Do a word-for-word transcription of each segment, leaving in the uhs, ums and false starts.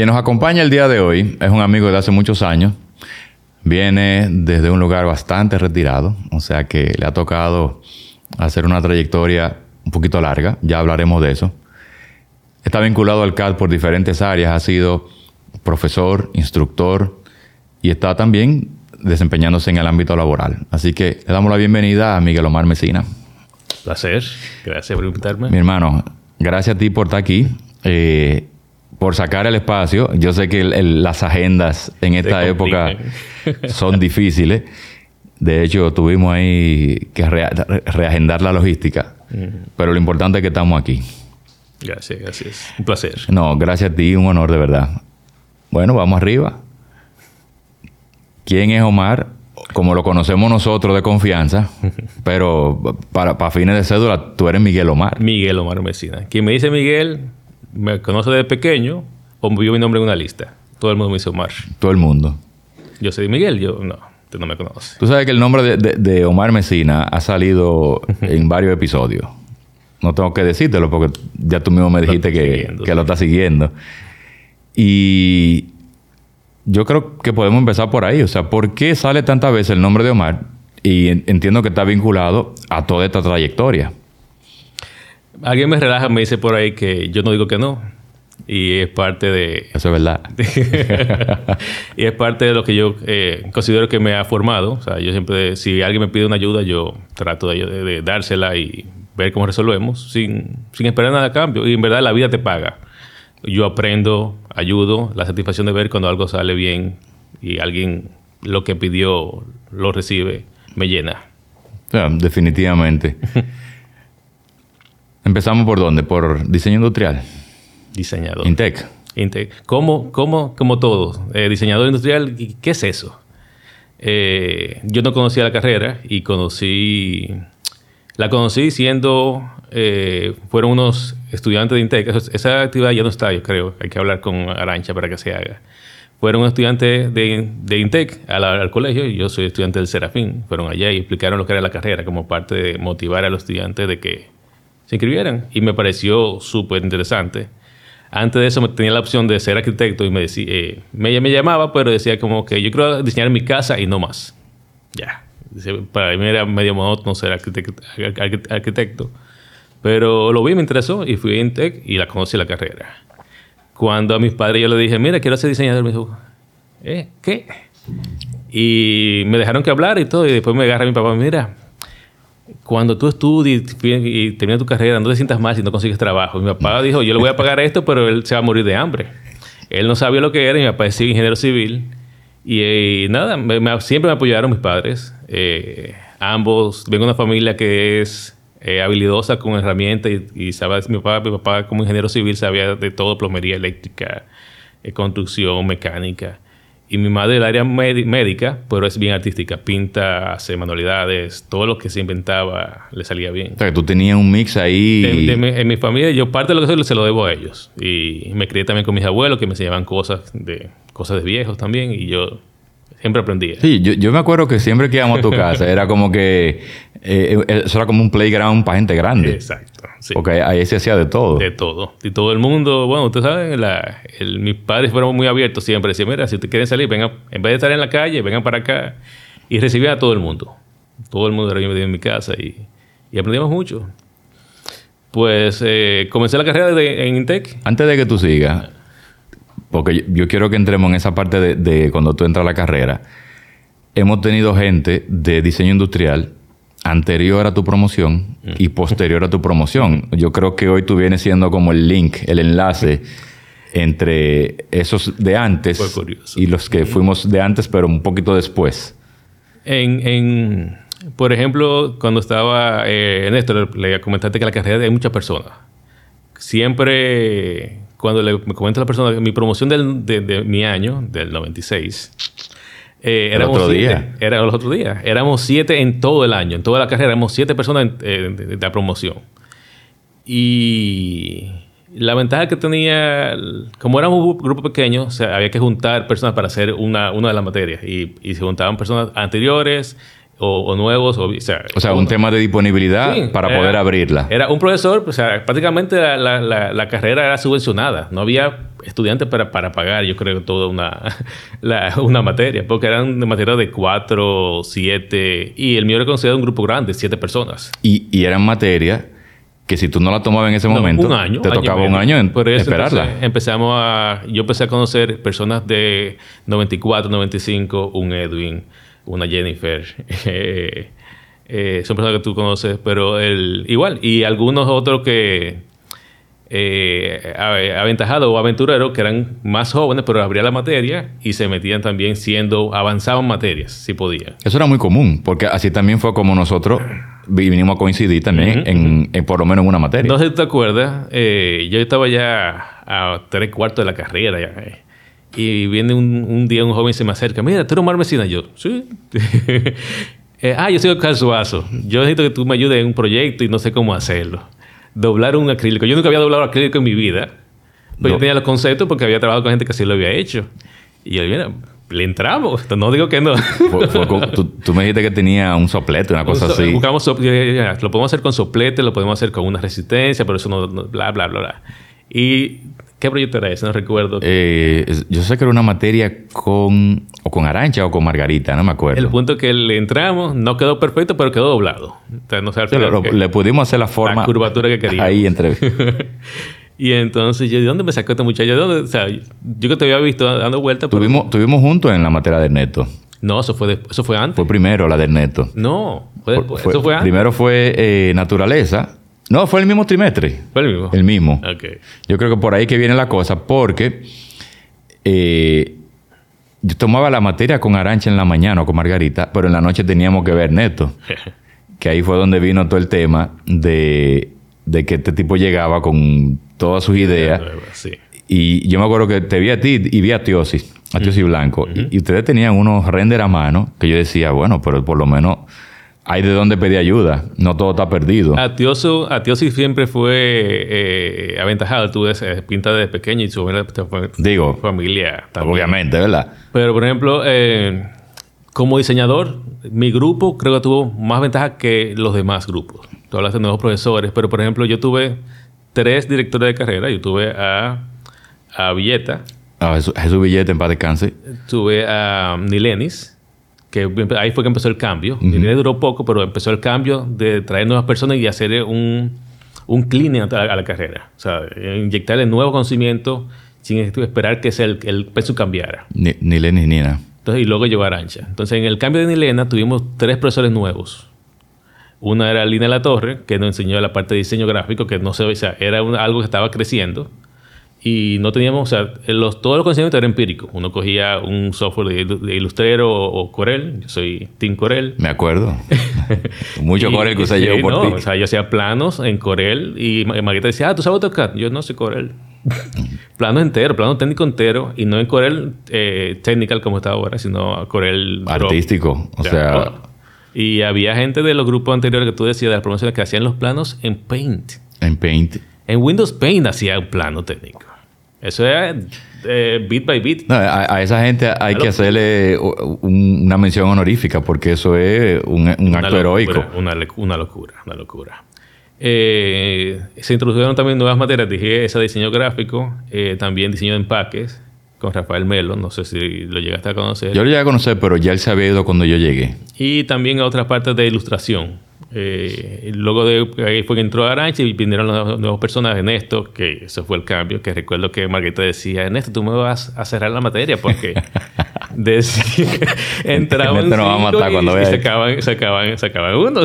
Quien nos acompaña el día de hoy es un amigo de hace muchos años. Viene desde un lugar bastante retirado, o sea que le ha tocado hacer una trayectoria un poquito larga. Ya hablaremos de eso. Está vinculado al C A D por diferentes áreas. Ha sido profesor, instructor y está también desempeñándose en el ámbito laboral. Así que le damos la bienvenida a Miguel Omar Mesina. Placer. Gracias por invitarme. Mi hermano, gracias a ti por estar aquí, eh, por sacar el espacio. Yo sé que el, el, las agendas en esta época son difíciles. De hecho, tuvimos ahí que re, reagendar la logística. Uh-huh. Pero lo importante es que estamos aquí. Gracias, gracias. Un placer. No, gracias a ti. Un honor, de verdad. Bueno, vamos arriba. ¿Quién es Omar? Como lo conocemos nosotros de confianza, pero para, para fines de cédula, tú eres Miguel Omar. Miguel Omar Mesina. Quien me dice Miguel, me conoce desde pequeño o vio mi nombre en una lista. Todo el mundo me dice Omar. Todo el mundo. Yo soy Miguel, yo no, tú no me conoces. Tú sabes que el nombre de, de, de Omar Mesina ha salido en varios episodios. No tengo que decírtelo porque ya tú mismo me dijiste que, que lo estás siguiendo. Y yo creo que podemos empezar por ahí. O sea, ¿por qué sale tantas veces el nombre de Omar? Y entiendo que está vinculado a toda esta trayectoria. Alguien me relaja, me dice por ahí que yo no digo que no. Y es parte de... Eso es verdad. Y es parte de lo que yo eh, considero que me ha formado. O sea, yo siempre... Si alguien me pide una ayuda, yo trato de, de, de dársela y ver cómo resolvemos sin, sin esperar nada a cambio. Y en verdad la vida te paga. Yo aprendo, ayudo, la satisfacción de ver cuando algo sale bien y alguien lo que pidió lo recibe, me llena. Yeah, definitivamente. ¿Empezamos por dónde? ¿Por diseño industrial? Diseñador. Intec. Intec. ¿Cómo, cómo, como todo? Eh, diseñador industrial, ¿qué es eso? Eh, yo no conocía la carrera y conocí... La conocí siendo... Eh, fueron unos estudiantes de Intec. Esa actividad ya no está, yo creo. Hay que hablar con Arancha para que se haga. Fueron estudiantes de, de Intec al, al colegio. Y yo soy estudiante del Serafín. Fueron allá y explicaron lo que era la carrera como parte de motivar a los estudiantes de que se inscribieran. Y me pareció súper interesante. Antes de eso tenía la opción de ser arquitecto y me decía, eh, me, me llamaba, pero decía como que yo quiero diseñar mi casa y no más. Ya. Para mí era medio monótono ser arquitecto. arquitecto. Pero lo vi, me interesó y fui a Intec y la conocí la carrera. Cuando a mis padres yo les dije, mira, quiero ser diseñador, me dijo, ¿eh? ¿Qué? Y me dejaron que hablar y todo. Y después me agarra mi papá, mira, cuando tú estudies y terminas tu carrera, no te sientas mal si no consigues trabajo. Y mi papá dijo, yo le voy a pagar esto, pero él se va a morir de hambre. Él no sabía lo que era y mi papá es ingeniero civil. Y, y nada, me, me, siempre me apoyaron mis padres. Eh, ambos, vengo de una familia que es... Eh, habilidosa con herramientas y, y sabe, mi papá, mi papá como ingeniero civil sabía de todo, plomería eléctrica, eh, construcción, mecánica. Y mi madre del área médica, pero es bien artística, pinta, hace manualidades, todo lo que se inventaba le salía bien. O sea, que tú tenías un mix ahí. De, de mi, en mi familia, yo parte de lo que soy se lo debo a ellos. Y me crié también con mis abuelos que me enseñaban cosas de, cosas de viejos también y yo... Siempre aprendía. Sí, yo, yo me acuerdo que siempre que íbamos a tu casa era como que... Eh, eso era como un playground para gente grande. Exacto. Sí. Porque ahí se hacía de todo. De todo. Y todo el mundo... Bueno, ustedes saben, la, el, mis padres fueron muy abiertos siempre. Decían, mira, si ustedes quieren salir, vengan... En vez de estar en la calle, vengan para acá. Y recibían a todo el mundo. Todo el mundo era bienvenido en mi casa. Y, y aprendíamos mucho. Pues eh, comencé la carrera de, en Intec. Antes de que tú sigas... Porque yo, yo quiero que entremos en esa parte de, de cuando tú entras a la carrera. Hemos tenido gente de diseño industrial anterior a tu promoción mm. y posterior a tu promoción. Yo creo que hoy tú vienes siendo como el link, el enlace entre esos de antes y los que mm. fuimos de antes, pero un poquito después. En, en por ejemplo, cuando estaba eh, Néstor, le comentaste que la carrera hay muchas personas. Siempre... Cuando le, me comenta a la persona mi promoción del, de, de mi año, del noventa y seis, eh, el éramos otro siete, día. Era los otros días. Éramos siete en todo el año. En toda la carrera éramos siete personas en, eh, de, de la promoción. Y la ventaja que tenía, como era un grupo pequeño, o sea, había que juntar personas para hacer una, una de las materias. Y, y se juntaban personas anteriores, o, o nuevos. O, o sea, o sea un tema de disponibilidad sí, para era, poder abrirla. Era un profesor, o sea, prácticamente la, la, la, la carrera era subvencionada. No había estudiantes para, para pagar, yo creo, toda una, la, una materia, porque eran de materia de cuatro, siete, y el mío era considerado un grupo grande, siete personas. Y, y eran materias que si tú no la tomabas en ese no, momento, un año, te año tocaba un año en Por eso, esperarla. Entonces, empezamos a... Yo empecé a conocer personas de noventa y cuatro, noventa y cinco, un Edwin, una Jennifer. Eh, eh, son personas que tú conoces, pero el, igual. Y algunos otros que... Eh, aventajados o aventureros que eran más jóvenes, pero abrían la materia y se metían también siendo... Avanzaban materias, si podían. Eso era muy común, porque así también fue como nosotros... vinimos a coincidir también uh-huh. en, en por lo menos en una materia. No sé si te acuerdas, eh, yo estaba ya a tres cuartos de la carrera ya, eh, y viene un, un día un joven y se me acerca, mira, ¿tú eres Omar Mesina? Yo, sí. eh, ah, yo soy Oscar Suazo. Yo necesito que tú me ayudes en un proyecto y no sé cómo hacerlo. Doblar un acrílico. Yo nunca había doblado acrílico en mi vida, pero no. Yo tenía los conceptos porque había trabajado con gente que así lo había hecho. Y yo, mira, le entramos. No digo que no. Fue, fue con, tú, tú me dijiste que tenía un soplete, una cosa so, así. Buscamos so, lo podemos hacer con soplete, lo podemos hacer con una resistencia, pero eso no, no bla, bla, bla, bla. ¿Y qué proyecto era ese? No recuerdo. Eh, yo sé que era una materia con... o con Arancha o con Margarita, no me acuerdo. El punto es que le entramos, no quedó perfecto, pero quedó doblado. Entonces, no sé, al sí, final, lo, le pudimos hacer la forma... La curvatura que queríamos. Ahí entre... Y entonces yo, ¿de dónde me sacó este muchacho? ¿De dónde? O sea, yo que te había visto dando vueltas. Tuvimos, pero... tuvimos juntos en la materia de Ernesto. No, eso fue, de, eso fue antes. Fue primero la de Ernesto. No, fue después. Fue, eso fue antes. Primero fue eh, naturaleza. No, fue el mismo trimestre. ¿Fue el mismo? El mismo. Okay. Yo creo que por ahí que viene la cosa, porque eh, yo tomaba la materia con Arancha en la mañana o con Margarita, pero en la noche teníamos que ver Ernesto. Que ahí fue donde vino todo el tema de, de que este tipo llegaba con todas sus ideas. Sí. Y yo me acuerdo que te vi a ti y vi a Tiosi, a Tiosi uh-huh. Blanco. Uh-huh. Y, y ustedes tenían unos render a mano que yo decía, bueno, pero por lo menos hay de dónde pedir ayuda. No todo está perdido. A Tiosi, a Tiosi siempre fue eh, aventajado. Tú ves, eh, pinta desde pequeño y su Digo, familia también. Obviamente, ¿verdad? Pero, por ejemplo, eh, como diseñador, mi grupo creo que tuvo más ventaja que los demás grupos. Tú hablas de nuevos profesores, pero, por ejemplo, yo tuve tres directores de carrera. Yo tuve a, a Villeta. Ah, Jesús, Jesús Villeta, en paz descanse. Tuve a Nilenis, que ahí fue que empezó el cambio. Uh-huh. Nilenis duró poco, pero empezó el cambio de traer nuevas personas y hacer un, un cleaning a la, a la carrera. O sea, inyectarle nuevo conocimiento sin esperar que el, el peso cambiara. Ni, Nilenis ni nada. Entonces, y luego llegó Arancha. Entonces, en el cambio de Nilena tuvimos tres profesores nuevos. Una era Lina La Torre, que nos enseñó la parte de diseño gráfico, que no se o sea, era un, algo que estaba creciendo. Y no teníamos, o sea, los, todos los conocimientos eran empíricos. Uno cogía un software de, de Illustrator o, o Corel. Yo soy Team Corel. Me acuerdo. Mucho y, Corel que usé sí, yo por no, ti. O sea, yo hacía planos en Corel y Margarita decía, ah, ¿tú sabes AutoCAD? Yo no sé Corel. Plano entero, plano técnico entero. Y no en Corel eh, technical como está ahora, sino Corel... artístico. O sea... sea oh. Y había gente de los grupos anteriores que tú decías, de las promociones, que hacían los planos en Paint. En Paint. En Windows Paint hacía un plano técnico. Eso era eh, bit by bit. No, a, a esa gente hay que hacerle un, una mención honorífica porque eso es un, un una acto locura, heroico. Una, una locura, una locura. Eh, se introdujeron también nuevas materias. Dije esa de diseño gráfico, eh, también diseño de empaques con Rafael Melo. No sé si lo llegaste a conocer. Yo lo llegué a conocer, pero ya él se había ido cuando yo llegué. Y también a otras partes de ilustración. Eh, luego de ahí fue que entró Arancha y vinieron los nuevos personajes. Ernesto, que eso fue el cambio, que recuerdo que Margarita decía, Ernesto, tú me vas a cerrar la materia porque decía, entraban cinco no va a matar y, cuando y sacaban, sacaban, sacaban uno.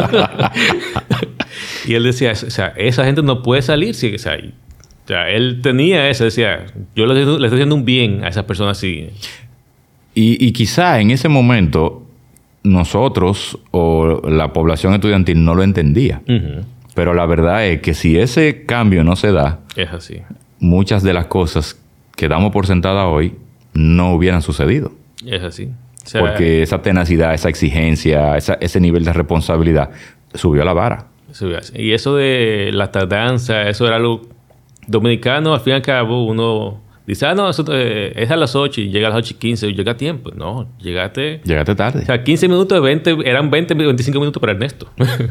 Y él decía, o sea, esa gente no puede salir. Si, o, sea, o sea, él tenía eso, decía, yo le, le estoy haciendo un bien a esas personas así. Y, y quizá en ese momento nosotros o la población estudiantil no lo entendía. Uh-huh. Pero la verdad es que si ese cambio no se da, es así. Muchas de las cosas que damos por sentada hoy no hubieran sucedido. Es así. O sea, porque esa tenacidad, esa exigencia, esa, ese nivel de responsabilidad subió la vara. Subió así. Y eso de la tardanza, eso era algo dominicano. Al fin y al cabo, uno Dice, ah, no, eso eh, es a las ocho y llega a las ocho y quince. Y llega a tiempo. No, llegaste... Llegaste tarde. O sea, quince minutos de veinte... Eran veinte, veinticinco minutos para Ernesto.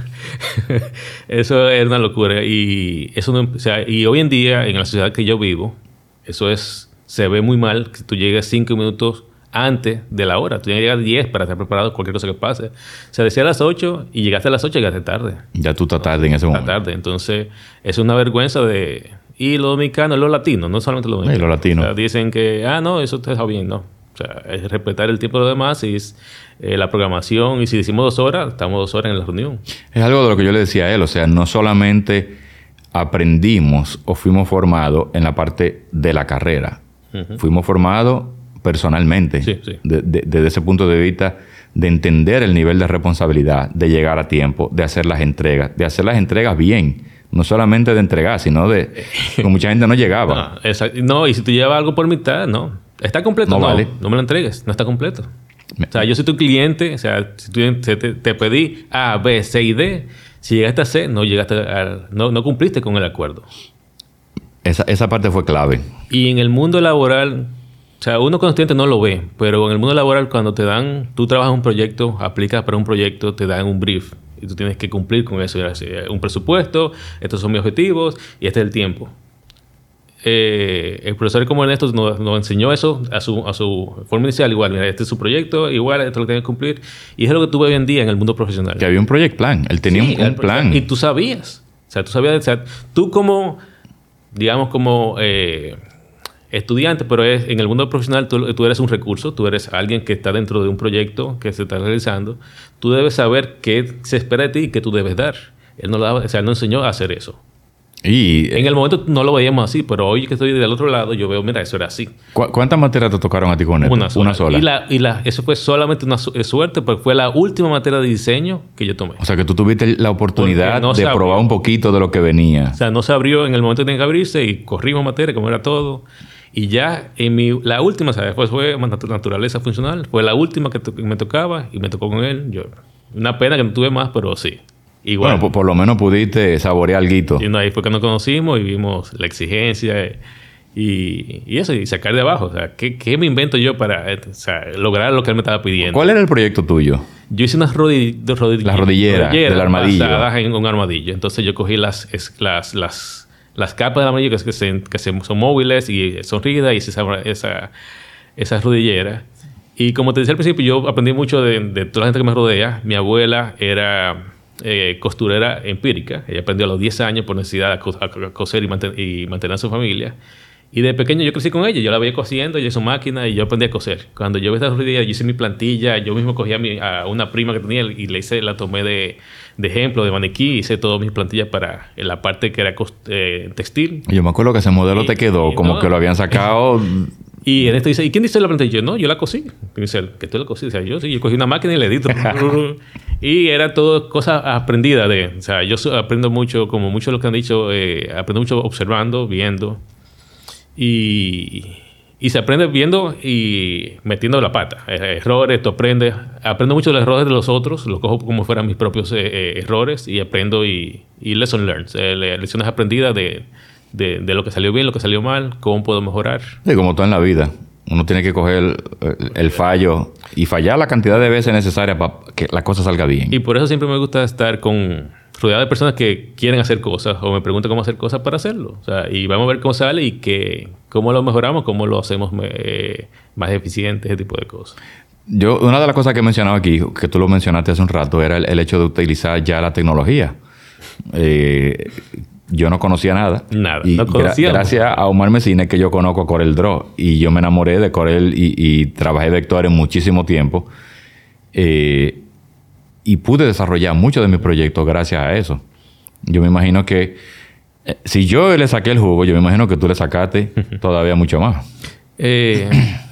Eso era una locura. Y, eso no, o sea, y hoy en día, en la sociedad que yo vivo, eso es... Se ve muy mal que tú llegues cinco minutos antes de la hora. Tú tienes que llegar a diez para estar preparado cualquier cosa que pase. O sea, decía a las ocho y llegaste a las ocho y llegaste tarde. Ya tú estás tarde en ese momento. Estás tarde. Entonces, es una vergüenza de... Y los dominicanos, los latinos, no solamente los dominicanos. Sí, los latinos. O sea, dicen que, ah, no, eso está bien, no. O sea, es respetar el tiempo de los demás y es, eh, la programación. Y si decimos dos horas, estamos dos horas en la reunión. Es algo de lo que yo le decía a él. O sea, no solamente aprendimos o fuimos formados en la parte de la carrera. Uh-huh. Fuimos formados personalmente. Sí, sí. De, de, desde ese punto de vista de entender el nivel de responsabilidad, de llegar a tiempo, de hacer las entregas, de hacer las entregas bien. No solamente de entregar, sino de... que mucha gente no llegaba. No, exacto. No, y si tú llevas algo por mitad, no. ¿Está completo? No, No, vale. no me lo entregues. No está completo. O sea, yo soy tu cliente. O sea, si tú, te, te pedí A, B, C y D. Si llegaste a C, no llegaste a... No, no cumpliste con el acuerdo. Esa, esa parte fue clave. Y en el mundo laboral... O sea, uno consciente no lo ve. Pero en el mundo laboral, cuando te dan... Tú trabajas un proyecto, aplicas para un proyecto, te dan un brief. Y tú tienes que cumplir con eso. Un presupuesto, estos son mis objetivos y este es el tiempo. Eh, el profesor como Ernesto nos, nos enseñó eso a su, a su forma inicial. Igual, mira, este es su proyecto, igual, esto lo tienes que cumplir. Y es lo que tú ves hoy en día en el mundo profesional. Que había un project plan. Él tenía sí, un, un plan. Y tú sabías. O sea, tú sabías... O sea, tú como... Digamos como... Eh, estudiante, pero es, en el mundo profesional tú, tú eres un recurso, tú eres alguien que está dentro de un proyecto que se está realizando. Tú debes saber qué se espera de ti y qué tú debes dar. Él no, o sea, él no enseñó a hacer eso. Y en el momento no lo veíamos así, pero hoy que estoy del otro lado, yo veo, mira, eso era así. ¿Cu- ¿Cuántas materias te tocaron a ti con esto? Una sola. Una sola. Y, la, y la, eso fue solamente una su- suerte, porque fue la última materia de diseño que yo tomé. O sea, que tú tuviste la oportunidad no de probar un poquito de lo que venía. O sea, no se abrió en el momento que tenía que abrirse y corrimos materia, como era todo. Y ya en mi... La última, ¿sabes? Pues fue naturaleza funcional. Fue la última que, to- que me tocaba y me tocó con él. Yo, una pena que no tuve más, pero sí. Igual. Bueno, por, por lo menos pudiste saborear alguito. Y no, ahí fue que nos conocimos y vimos la exigencia y, y eso, y sacar de abajo. O sea, ¿qué, qué me invento yo para o sea, lograr lo que él me estaba pidiendo? ¿Cuál era el proyecto tuyo? Yo hice unas rodi- rodi- Las rodilleras, rodilleras del armadillo. basadas en un armadillo. Entonces yo cogí las... Es, las, las Las capas del armadillo que, que, se, que se, son móviles y son rígidas y esa, esa, esas rodilleras. Y como te decía al principio, yo aprendí mucho de, de toda la gente que me rodea. Mi abuela era eh, costurera empírica. Ella aprendió a los diez años por necesidad de co- a coser y, manten- y mantener a su familia. Y de pequeño yo crecí con ella. Yo la veía cosiendo, ella hizo máquina y yo aprendí a coser. Cuando yo vi estas rodillas, yo hice mi plantilla. Yo mismo cogí a, mi, a una prima que tenía y le hice, la tomé de, de ejemplo, de maniquí. Hice todas mis plantillas para en la parte que era cost, eh, textil. Yo me acuerdo que ese modelo y, te quedó, y como no. que lo habían sacado. Y en esto dice, ¿y quién dice la plantilla? Yo, no, yo la cosí. Y dice, ¿que tú la cosí? O sea, yo sí, yo cogí una máquina y le edito. Y era todo cosas aprendidas de... O sea, yo aprendo mucho, como muchos de los que han dicho, eh, aprendo mucho observando, viendo. Y, y se aprende viendo y metiendo la pata. Eh, errores, tú aprendes. Aprendo mucho de los errores de los otros. Los cojo como fueran mis propios eh, eh, errores. Y aprendo y... Y lesson learned. Eh, lecciones aprendidas de, de, de lo que salió bien, lo que salió mal. Cómo puedo mejorar. Sí, como todo en la vida. Uno tiene que coger el, el fallo y fallar la cantidad de veces necesaria para que la cosa salga bien. Y por eso siempre me gusta estar con... rodeado de personas que quieren hacer cosas o me preguntan cómo hacer cosas para hacerlo. O sea, y vamos a ver cómo sale y que, cómo lo mejoramos, cómo lo hacemos eh, más eficiente, ese tipo de cosas. Yo, una de las cosas que he mencionado aquí, que tú lo mencionaste hace un rato, era el, el hecho de utilizar ya la tecnología. Eh, yo no conocía nada. Nada, y no conocía. Gra- gracias a Omar Mesina que yo conozco Corel Draw. Y yo me enamoré de Corel y, y trabajé vectores muchísimo tiempo. Eh... Y pude desarrollar muchos de mis proyectos gracias a eso. Yo me imagino que... Eh, si yo le saqué el jugo, yo me imagino que tú le sacaste todavía mucho más. Eh,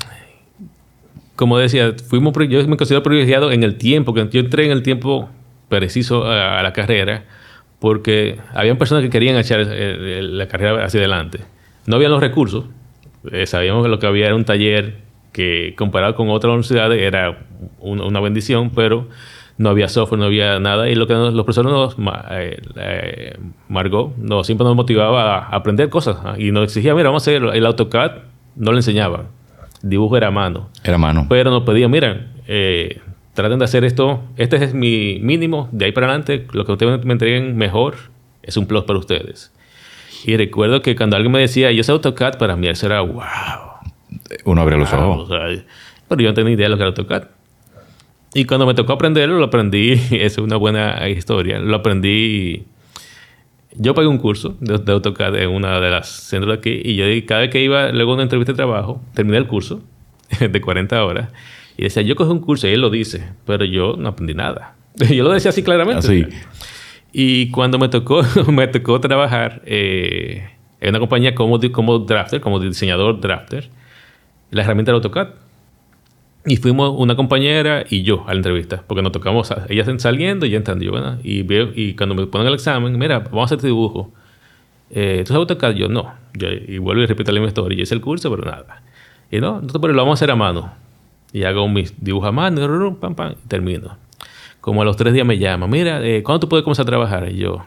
como decía, fuimos, yo me considero privilegiado en el tiempo, que yo entré en el tiempo preciso a, a la carrera, porque habían personas que querían echar el, el, la carrera hacia adelante. No habían los recursos. Eh, sabíamos que lo que había era un taller que, comparado con otras universidades, era un, una bendición, pero... No había software, no había nada. Y lo que nos, los profesores nos... Eh, eh, Margot nos, siempre nos motivaba a aprender cosas. ¿eh? Y nos exigía, mira, vamos a hacer el AutoCAD. no le enseñaban. Dibujo era a mano. Era a mano. Pero nos pedían, miren, eh, traten de hacer esto. Este es mi mínimo. De ahí para adelante, lo que ustedes me entreguen mejor es un plus para ustedes. Y recuerdo que cuando alguien me decía, yo sé AutoCAD, para mí eso era wow. Uno abre los wow, ojos. O sea, pero yo no tenía idea de lo que era AutoCAD. Y cuando me tocó aprenderlo, lo aprendí. Es una buena historia. Lo aprendí. Yo pagué un curso de, de AutoCAD en una de las centros de aquí. Y yo cada vez que iba luego a una entrevista de trabajo, terminé el curso de cuarenta horas. Y decía, yo cogí un curso y él lo dice. Pero yo no aprendí nada. Yo lo decía así claramente. Así. Y cuando me tocó, me tocó trabajar eh, en una compañía como, como drafter, como diseñador drafter, la herramienta era AutoCAD. Y fuimos una compañera y yo a la entrevista, porque nos tocamos, ella saliendo y yo entrando. Yo, ¿verdad? Y, veo, y cuando me ponen el examen, mira, vamos a hacer este dibujo. Eh, ¿Tú sabes AutoCAD? Yo no. Yo, y vuelvo y repito la misma historia. Yo hice el curso, pero nada. Y no, entonces, pero lo vamos a hacer a mano. Y hago mis dibujos a mano, pam, pam, y termino. Como a los tres días me llama, mira, eh, ¿cuándo tú puedes comenzar a trabajar? Y yo,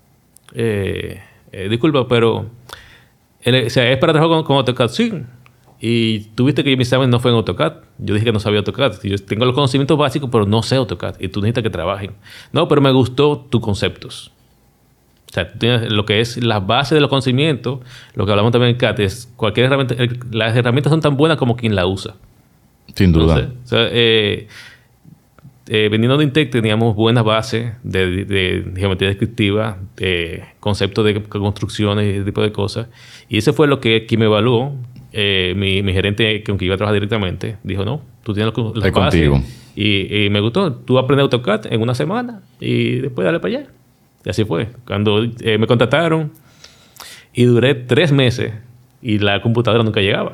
eh, eh, disculpa, pero el, o sea, ¿es para trabajar con, con AutoCAD? Sí. Y tuviste que mi examen no fue en AutoCAD. Yo dije que no sabía AutoCAD. Yo tengo los conocimientos básicos, pero no sé AutoCAD. Y tú necesitas que trabajen. No, pero me gustó tus conceptos. O sea, tú tienes lo que es la base de los conocimientos, lo que hablamos también en C A T, es cualquier herramienta. Las herramientas son tan buenas como quien la usa. Sin duda. Entonces, o sea, eh, Eh, veniendo de Intec teníamos buenas bases de, de, de geometría descriptiva, de conceptos de construcciones y ese tipo de cosas. Y eso fue lo que aquí me evaluó. Eh, mi, mi gerente, que aunque iba a trabajar directamente, dijo, no, tú tienes las Estoy bases. Contigo. Y, y me gustó. Tú aprendes AutoCAD en una semana y después dale para allá. Y así fue. Cuando eh, me contrataron y duré tres meses y la computadora nunca llegaba.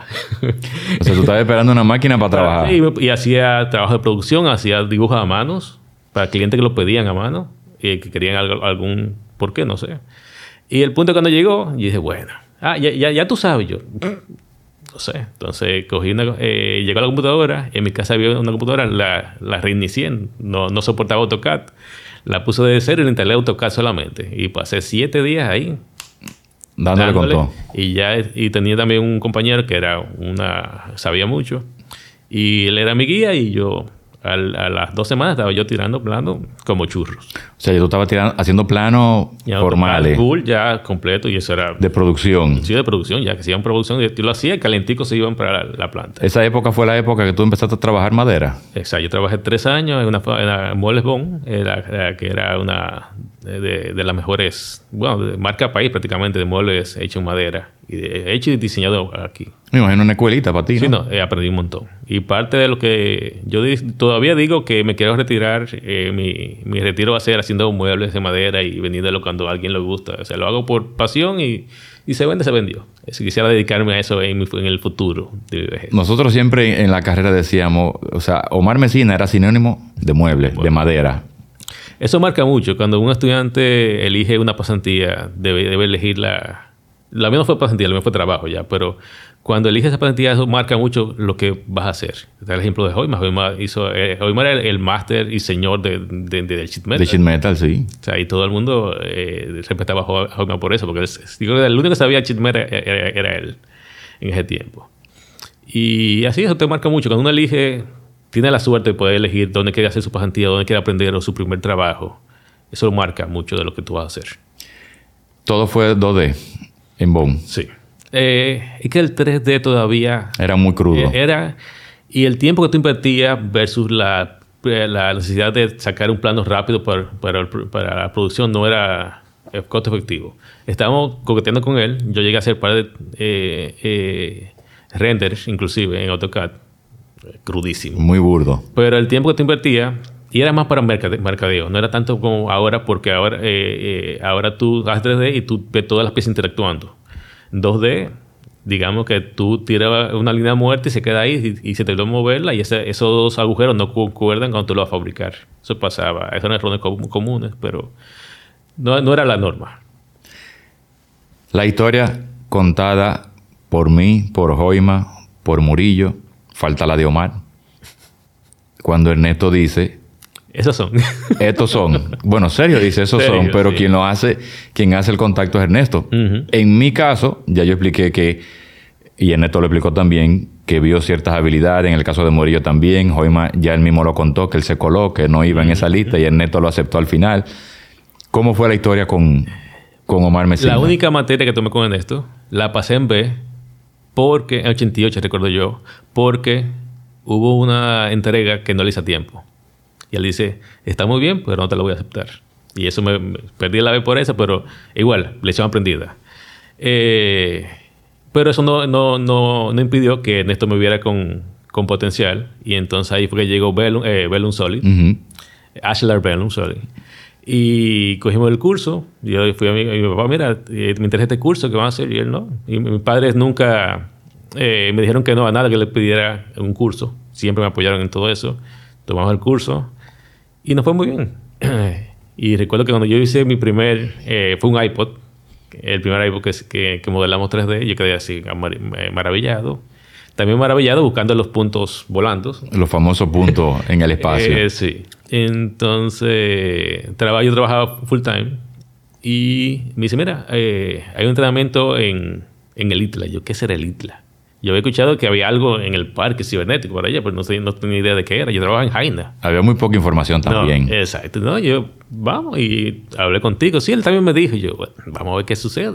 O sea, tú estabas esperando una máquina para trabajar. Y, y hacía trabajo de producción, hacía dibujos a manos para clientes que lo pedían a mano y que querían algo, algún... ¿Por qué? No sé. Y el punto cuando llegó, yo dije, bueno, ah, ya, ya, ya tú sabes. Yo, no sé. Entonces, cogí una... Eh, llegó a la computadora. En mi casa había una computadora. La, la reinicié. No, no soportaba AutoCAD. La puse de cero y le instalé AutoCAD solamente. Y pasé siete días ahí. Dándole, dándole con todo. Y ya y tenía también un compañero que era una sabía mucho y él era mi guía y yo al, a las dos semanas estaba yo tirando planos como churros. O sea, tú estabas tirando, haciendo planos formales. Full ya completo y eso era... De producción. Sí, de producción. Ya que se iban producción. Yo lo hacía, calenticos se iban para la, la planta. ¿Esa época fue la época que tú empezaste a trabajar madera? Exacto. Yo trabajé tres años en una, en una Muebles Bond, era, que era una de, de las mejores... Bueno, de marca país prácticamente de muebles hechos en madera. Y de, hecho y diseñado aquí. Me imagino una escuelita para ti, ¿no? Sí, no. Eh, aprendí un montón. Y parte de lo que... Yo di, todavía digo que me quiero retirar. Eh, mi, mi retiro va a ser haciendo muebles de madera y vendiéndolo cuando a alguien le gusta. O sea, lo hago por pasión y, y se vende, se vendió. Si quisiera dedicarme a eso en, mi, en el futuro de mi vejez. Nosotros siempre en la carrera decíamos... O sea, Omar Mesina era sinónimo de muebles, bueno, de madera. Eso marca mucho. Cuando un estudiante elige una pasantía, debe, debe elegir la... La mía no fue pasantía, la mía fue trabajo ya, pero cuando eliges esa pasantía, eso marca mucho lo que vas a hacer. Está el ejemplo de Hoymar. Hoymar hizo... Eh, Hoymar era el, el máster y señor de, de, de, del sheet metal. De sheet metal, sí. O sea, y todo el mundo eh, respetaba a Hoymar por eso, porque él, digo, el único que sabía sheet metal era, era, era él en ese tiempo. Y así eso te marca mucho. Cuando uno elige... Tiene la suerte de poder elegir dónde quiere hacer su pasantía, dónde quiere aprender o su primer trabajo. Eso marca mucho de lo que tú vas a hacer. Todo fue dos D en Bond. Sí. Eh, es que el tres D todavía... Era muy crudo. Era... Y el tiempo que tú invertías versus la, la necesidad de sacar un plano rápido para, para, para la producción no era costo efectivo. Estábamos coqueteando con él. Yo llegué a hacer par de eh, eh, renders, inclusive, en AutoCAD. Crudísimo. Muy burdo. Pero el tiempo que te invertía y era más para mercade- mercadeo. No era tanto como ahora, porque ahora, eh, eh, ahora tú haces tres D y tú ves todas las piezas interactuando. dos D, digamos que tú tiras una línea muerta y se queda ahí y, y se te olvidó moverla y ese, esos dos agujeros no concuerdan cuando tú lo vas a fabricar. Eso pasaba. Esos eran errores com- comunes, pero no, no era la norma. La historia contada por mí, por Hoymar, por Murillo... Falta la de Omar. Cuando Ernesto dice... Esos son. Estos son. Bueno, serio dice, esos serio, son. Pero sí. quien lo hace, quien hace el contacto es Ernesto. Uh-huh. En mi caso, ya yo expliqué que Y Ernesto lo explicó también, que vio ciertas habilidades. En el caso de Morillo también. Joima ya él mismo lo contó, que él se coló, que no iba en esa lista y Ernesto lo aceptó al final. ¿Cómo fue la historia con, con Omar Mesina? La única materia que tomé con Ernesto la pasé en B porque, en ochenta y ocho recuerdo yo, porque hubo una entrega que no le hice a tiempo. Y él dice, está muy bien, pero no te lo voy a aceptar. Y eso me, me perdí la B por eso, pero igual, lección aprendida. Eh, pero eso no, no, no, no impidió que Ernesto me viera con, con potencial. Y entonces ahí fue que llegó Bellum, eh, Bellum Solid. Uh-huh. Ashlar Bellum Solid. Y cogimos el curso. Yo fui a mi, a mi papá, mira, eh, me interesa este curso, ¿qué van a hacer? Y él no. Y mis padres nunca eh, me dijeron que no a nada que le pidiera un curso. Siempre me apoyaron en todo eso. Tomamos el curso y nos fue muy bien. Y recuerdo que cuando yo hice mi primer... Eh, fue un iPod. El primer iPod que, que, que modelamos tres D. Yo quedé así mar, maravillado. También maravillado buscando los puntos volando. Los famosos puntos en el espacio. Eh, sí. Entonces, traba, yo trabajaba full time. Y me dice, mira, eh, hay un entrenamiento en, en el ITLA. Yo, ¿qué será el ITLA? Yo había escuchado que había algo en el parque cibernético por allá, pero no, sé, no tenía idea de qué era. Yo trabajaba en Jaina. Había muy poca información también. No, exacto. No, yo, vamos, y hablé contigo. Sí, él también me dijo. Yo, bueno, vamos a ver qué sucede.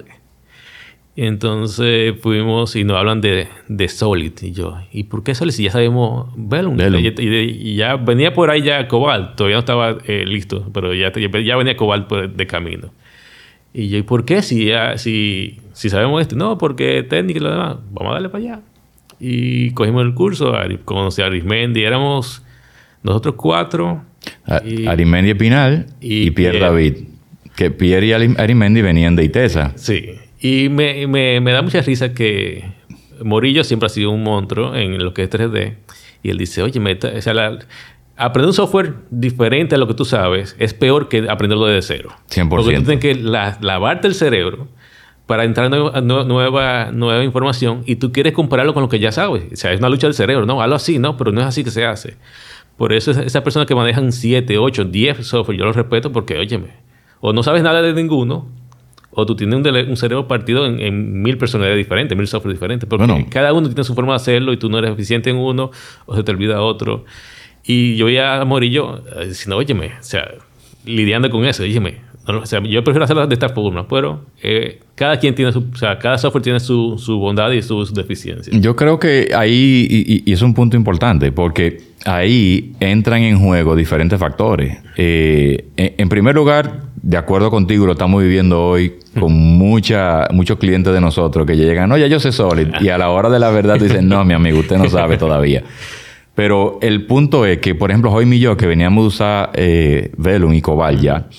Y entonces fuimos y nos hablan de, de Solid. Y yo, ¿y por qué Solid? Si ya sabemos Bellum. Y, y, y ya venía por ahí ya Cobalt. Todavía no estaba eh, listo, pero ya, ya venía Cobalt por, de camino. Y yo, ¿y por qué? Si, ya, si, si sabemos esto. No, porque técnica y lo demás. Vamos a darle para allá. Y cogimos el curso. Conocí a Arismendi. Éramos nosotros cuatro. Y, Arismendi Espinal y, y Pierre, Pierre David. Que Pierre y Arismendi venían de ITESA. Sí. Y me, me, me da mucha risa que Morillo siempre ha sido un monstruo en lo que es tres D. Y él dice, oye, me, o sea, la, aprender un software diferente a lo que tú sabes es peor que aprenderlo desde cero. cien por ciento. Porque tú tienes que la, lavarte el cerebro para entrar nueva, nueva, nueva información y tú quieres compararlo con lo que ya sabes. O sea, es una lucha del cerebro. No, hazlo así, no, pero no es así que se hace. Por eso esas personas que manejan siete, ocho, diez software, yo los respeto porque, óyeme, o no sabes nada de ninguno, o tú tienes un, dele- un cerebro partido en, en mil personalidades diferentes, mil software diferentes. Porque bueno, cada uno tiene su forma de hacerlo y tú no eres eficiente en uno o se te olvida otro. Y yo veía a Morillo eh, diciendo, óyeme, o sea, lidiando con eso, óyeme, no, o sea, yo prefiero hacerlo de esta forma, pero eh, cada quien tiene su... O sea, cada software tiene su, su bondad y sus deficiencias. Yo creo que ahí, y, y es un punto importante, porque ahí entran en juego diferentes factores. Eh, en, en primer lugar, de acuerdo contigo, lo estamos viviendo hoy con mucha, muchos clientes de nosotros que llegan, no, ya yo sé Solid. Y a la hora de la verdad dicen, no, mi amigo, usted no sabe todavía. Pero el punto es que, por ejemplo, Joim y yo, que veníamos de usar eh, Bellum y Cobalt ya,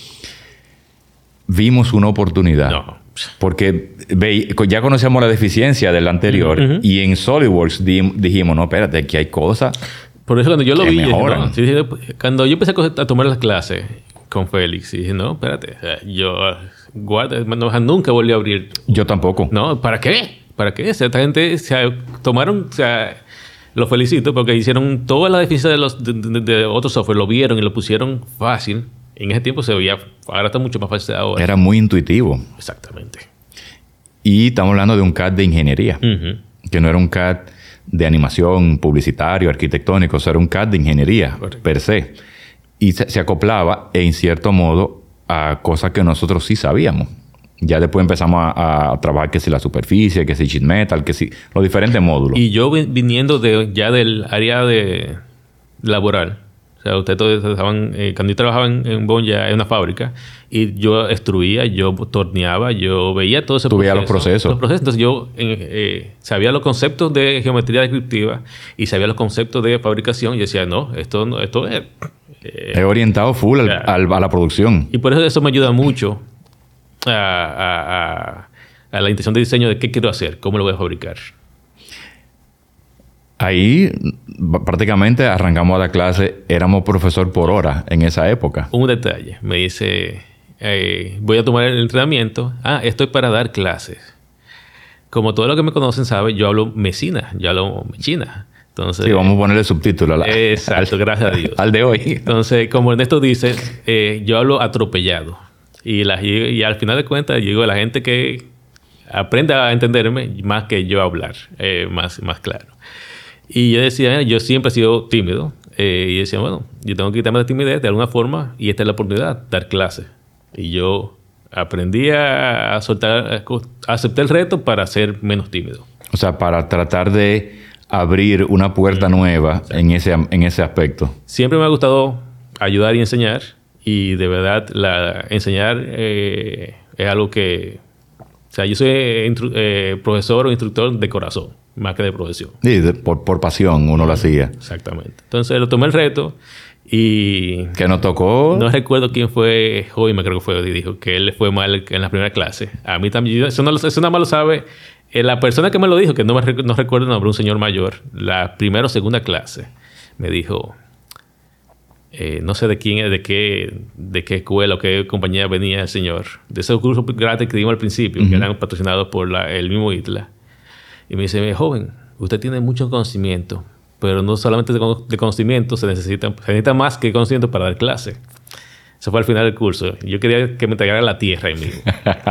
vimos una oportunidad. No. Porque ve, ya conocíamos la deficiencia del anterior. Uh-huh. Y en SolidWorks di, dijimos, no, espérate, aquí hay cosas. Por eso cuando yo lo vi, mejoran. ¿no? Sí, cuando yo empecé a tomar las clases con Félix, y dije, no, espérate, o sea, yo guarda, no, nunca volví a abrir. Yo tampoco. No, ¿para qué? ¿Para qué? O sea, esta gente se sea, tomaron, o sea, los felicito porque hicieron toda la deficiencia de los de, de, de otros software, lo vieron y lo pusieron fácil. En ese tiempo se veía, ahora está mucho más fácil de ahora. Era muy intuitivo. Exactamente. Y estamos hablando de un C A D de ingeniería, uh-huh. que no era un C A D de animación, publicitario, arquitectónico, o sea, era un C A D de ingeniería, correcto, per se. Y se, se acoplaba, en cierto modo, a cosas que nosotros sí sabíamos. Ya después empezamos a, a trabajar que si la superficie, que si sheet metal, que si los diferentes módulos. Y yo viniendo de ya del área de laboral, o sea, ustedes todos estaban, eh, cuando yo trabajaba en, en Bon ya en una fábrica, y yo extruía, yo torneaba, yo veía todo ese Tú proceso. veías los procesos. Los procesos. Entonces yo eh, eh, sabía los conceptos de geometría descriptiva y sabía los conceptos de fabricación. Y decía, no, esto, no, esto es... Eh, es orientado full al, al, a la producción. Y por eso eso me ayuda mucho a, a, a, a la intención de diseño de qué quiero hacer, cómo lo voy a fabricar. Ahí prácticamente arrancamos a dar clase, éramos profesor por hora en esa época. Un detalle, me dice, eh, voy a tomar el entrenamiento. Ah, esto es para dar clases. Como todos los que me conocen saben, yo hablo mesina, yo hablo mechina. Entonces, sí, vamos a ponerle subtítulo. A la, exacto, al, gracias a Dios. Al de hoy. Entonces, como Ernesto dice, eh, yo hablo atropellado. Y, la, y, y al final de cuentas, digo, la gente que aprenda a entenderme más que yo hablar, eh, más, más claro. Y yo decía, yo siempre he sido tímido. Eh, y decía, bueno, yo tengo que quitarme la timidez de alguna forma y esta es la oportunidad, dar clases. Y yo aprendí a soltar, a aceptar el reto para ser menos tímido. O sea, para tratar de abrir una puerta nueva en ese, en ese aspecto. Siempre me ha gustado ayudar y enseñar. Y de verdad, la, enseñar eh, es algo que... O sea, yo soy instru- eh, profesor o instructor de corazón, más que de profesión. Sí, de, por, por pasión uno lo hacía. Exactamente. Entonces, lo tomé el reto y... Que nos tocó... No recuerdo quién fue, hoy me creo que fue, y dijo que él le fue mal en la primera clase. A mí también, eso, no, eso nada más lo sabe eh, la persona que me lo dijo, que no, me, no recuerdo el nombre, un señor mayor, la primera o segunda clase, me dijo... Eh, no sé de quién, de qué, de qué escuela o qué compañía venía el señor. De esos cursos gratis que dimos al principio, uh-huh. que eran patrocinados por la, el mismo ITLA. Y me dice, joven, usted tiene mucho conocimiento, pero no solamente de, de conocimiento, se necesita, se necesita más que conocimiento para dar clase. Eso fue al final del curso. Yo quería que me entregara la tierra ahí mismo.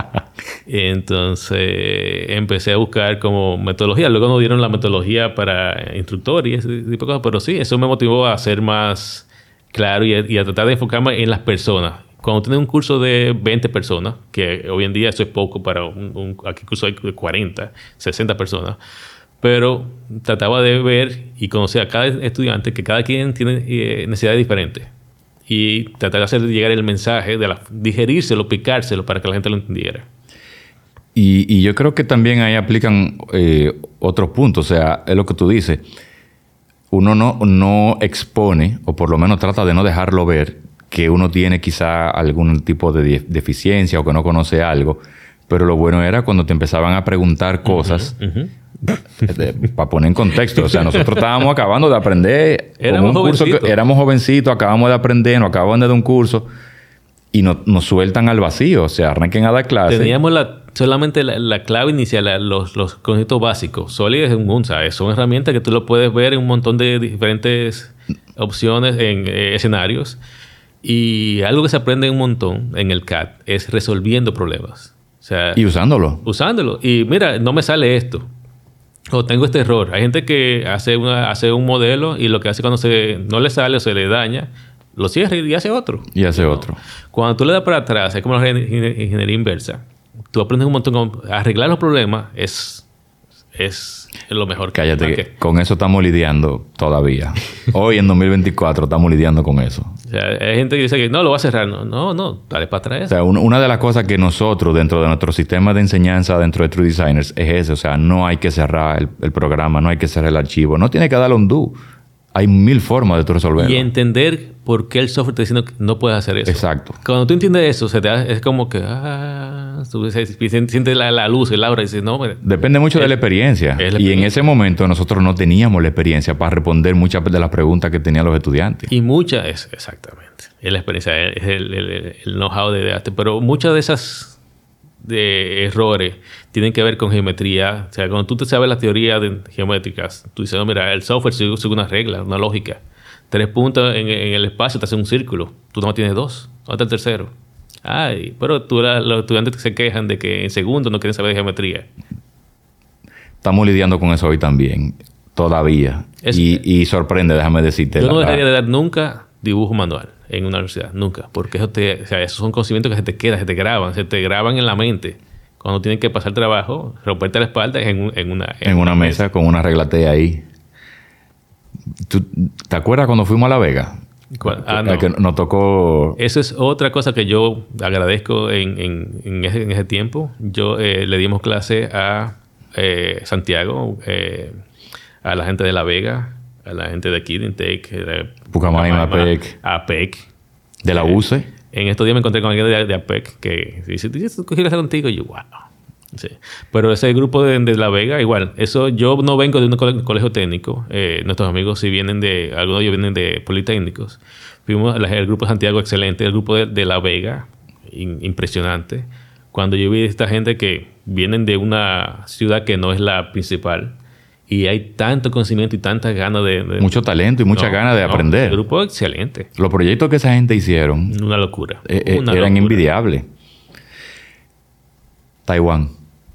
Entonces empecé a buscar como metodología. Luego nos dieron la metodología para instructor y ese tipo de cosas. Pero sí, eso me motivó a ser más... Claro, y a, y a tratar de enfocarme en las personas. Cuando tienes un curso de veinte personas, que hoy en día eso es poco para un... un aquí curso hay cuarenta, sesenta personas. Pero trataba de ver y conocer a cada estudiante, que cada quien tiene eh, necesidades diferentes. Y tratar de hacer llegar el mensaje, de la, digerírselo, picárselo para que la gente lo entendiera. Y, y yo creo que también ahí aplican eh, otros puntos. O sea, es lo que tú dices. Uno no, no expone, o por lo menos trata de no dejarlo ver, que uno tiene quizá algún tipo de deficiencia o que no conoce algo. Pero lo bueno era cuando te empezaban a preguntar cosas uh-huh, uh-huh. para poner en contexto. O sea, nosotros estábamos acabando de aprender. Éramos un curso que, éramos jovencitos, acabamos de aprender, nos acaban de dar un curso y no, nos sueltan al vacío. O sea, arranquen a dar clases. Teníamos la, solamente la, la clave inicial, la, los, los conceptos básicos. Solid es un ¿sabes? Son herramientas que tú lo puedes ver en un montón de diferentes opciones, en eh, escenarios. Y algo que se aprende un montón en el C A D es resolviendo problemas. O sea, y usándolo. Usándolo. Y mira, no me sale esto. O tengo este error. Hay gente que hace, una, hace un modelo y lo que hace cuando se, no le sale o se le daña, lo cierra y hace otro. Y hace ¿no? otro. Cuando tú le das para atrás, es como la ingeniería inversa. Tú aprendes un montón. Con, arreglar los problemas es, es lo mejor. Cállate, que con eso estamos lidiando todavía. Hoy en dos mil veinticuatro estamos lidiando con eso. O sea, hay gente que dice que no, lo va a cerrar. No, no, no dale para atrás. O sea, un, una de las cosas que nosotros, dentro de nuestro sistema de enseñanza, dentro de True Designers, es eso. O sea, no hay que cerrar el, el programa, no hay que cerrar el archivo. No tiene que darle un do. Hay mil formas de tú resolverlo. Y entender por qué el software te está diciendo que no puedes hacer eso. Exacto. Cuando tú entiendes eso, se te da, es como que... Ah, tú sientes la, la luz, el aura y dices, no... Depende mucho es, de la experiencia. La experiencia. Y en ese momento nosotros no teníamos la experiencia para responder muchas de las preguntas que tenían los estudiantes. Y muchas... Es, exactamente. Es la experiencia, es el, el, el know-how de darte. Pero muchas de esas de errores tienen que ver con geometría. O sea, cuando tú te sabes las teorías de geométricas, tú dices, no, mira, el software sigue, sigue una regla, una lógica. Tres puntos en, en el espacio te hace un círculo. Tú no tienes dos. ¿Dónde está el tercero? Ay, pero tú, la, los estudiantes se quejan de que en segundo no quieren saber de geometría. Estamos lidiando con eso hoy también. Todavía. Es, y, y sorprende, déjame decirte. Yo no dejaría de dar nunca dibujo manual en una universidad. Nunca. Porque eso te, o sea, esos son conocimientos que se te quedan, se te graban, se te graban en la mente. Cuando tienen que pasar trabajo, romperte la espalda en, un, en una... En, en una, una mesa, mesa con una reglatea ahí. ¿Tú, ¿Te acuerdas cuando fuimos a La Vega? Ah, no. Que nos tocó... Eso es otra cosa que yo agradezco en, en, en, ese, en ese tiempo. Yo eh, le dimos clase a eh, Santiago, eh, a la gente de La Vega, a la gente de aquí, de Intec, de Pucamaima, APEC. A APEC. ¿De la U C E? En estos días me encontré con alguien de, de APEC que dice, ¿tú cogí clase contigo? Y yo, wow. Sí. Pero ese grupo de, de La Vega, igual, eso yo no vengo de un colegio, colegio técnico. Eh, nuestros amigos sí vienen de, algunos de ellos vienen de politécnicos. Fuimos, el grupo de Santiago, excelente. El grupo de, de La Vega, in, impresionante. Cuando yo vi a esta gente que vienen de una ciudad que no es la principal y hay tanto conocimiento y tantas ganas de... de Mucho talento y muchas no, ganas de no, aprender. El grupo excelente. Los proyectos que esa gente hicieron... Una locura. Eh, una eran locura. invidiables. Taiwán.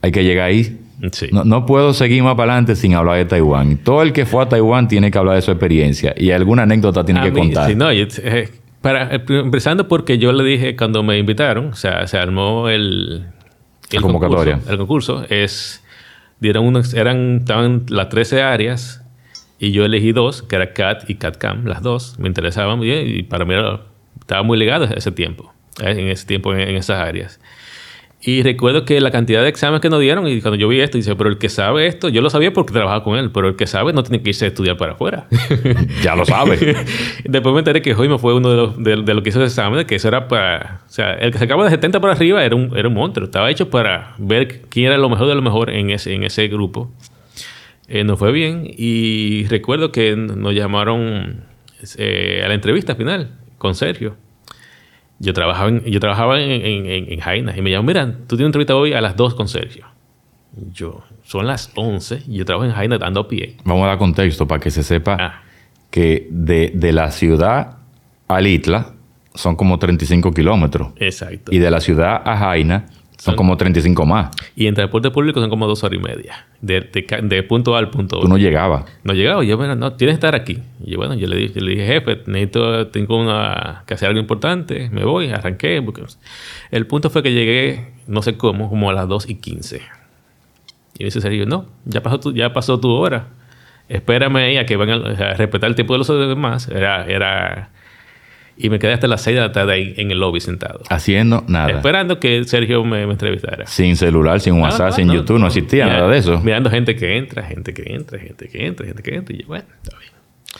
hay que llegar ahí. Sí. No, no puedo seguir más para adelante sin hablar de Taiwán. Todo el que fue a Taiwán tiene que hablar de su experiencia y alguna anécdota tiene A que mí, contar. Sí, no, y, eh, para, empezando porque yo le dije cuando me invitaron, o sea, se armó el, el La convocatoria. Concurso, el concurso es, dieron unos, eran, estaban las trece áreas y yo elegí dos, que era C A D y C A D-CAM, las dos, me interesaban muy bien y para mí era, estaba muy ligado a ese tiempo, en ese tiempo en, en esas áreas. Y recuerdo que la cantidad de exámenes que nos dieron, y cuando yo vi esto, dice, pero el que sabe esto, yo lo sabía porque trabajaba con él, pero el que sabe no tiene que irse a estudiar para afuera. Ya lo sabe. Después me enteré que Joimo fue uno de los de, de los que hizo ese examen, que eso era para... O sea, el que sacaba de setenta para arriba era un, era un monstruo. Estaba hecho para ver quién era lo mejor de lo mejor en ese, en ese grupo. Eh, nos fue bien y recuerdo que nos llamaron eh, a la entrevista final con Sergio. Yo trabajaba en, yo trabajaba en, en, en, en Jaina y me llamaron, mira, tú tienes una entrevista hoy a las dos con Sergio. Yo, son las once y yo trabajo en Jaina dando pie. Vamos a dar contexto para que se sepa Ah. que de, de la ciudad a Litla son como treinta y cinco kilómetros. Exacto. Y de la ciudad a Jaina son, son como treinta y cinco más. Y en transporte público son como dos horas y media. De, de, de punto A al punto B. Tú no llegabas. No llegaba. Y yo, bueno, no, tienes que estar aquí. Y yo, bueno, yo le dije, yo le dije jefe, necesito, tengo una, que hacer algo importante. Me voy, arranqué. Porque... El punto fue que llegué, no sé cómo, como a las dos y quince. Y me dice Sergio, no, ya pasó tu, ya pasó tu hora. Espérame ahí a que van a, a respetar el tiempo de los demás. Era... era Y me quedé hasta las seis de la tarde ahí en el lobby sentado. Haciendo nada. Esperando que Sergio me, me entrevistara. Sin celular, sin WhatsApp, no, no, sin no, YouTube. No, no existía mira, nada de eso. Mirando gente que entra, gente que entra, gente que entra, gente que entra. Y yo, bueno, está bien.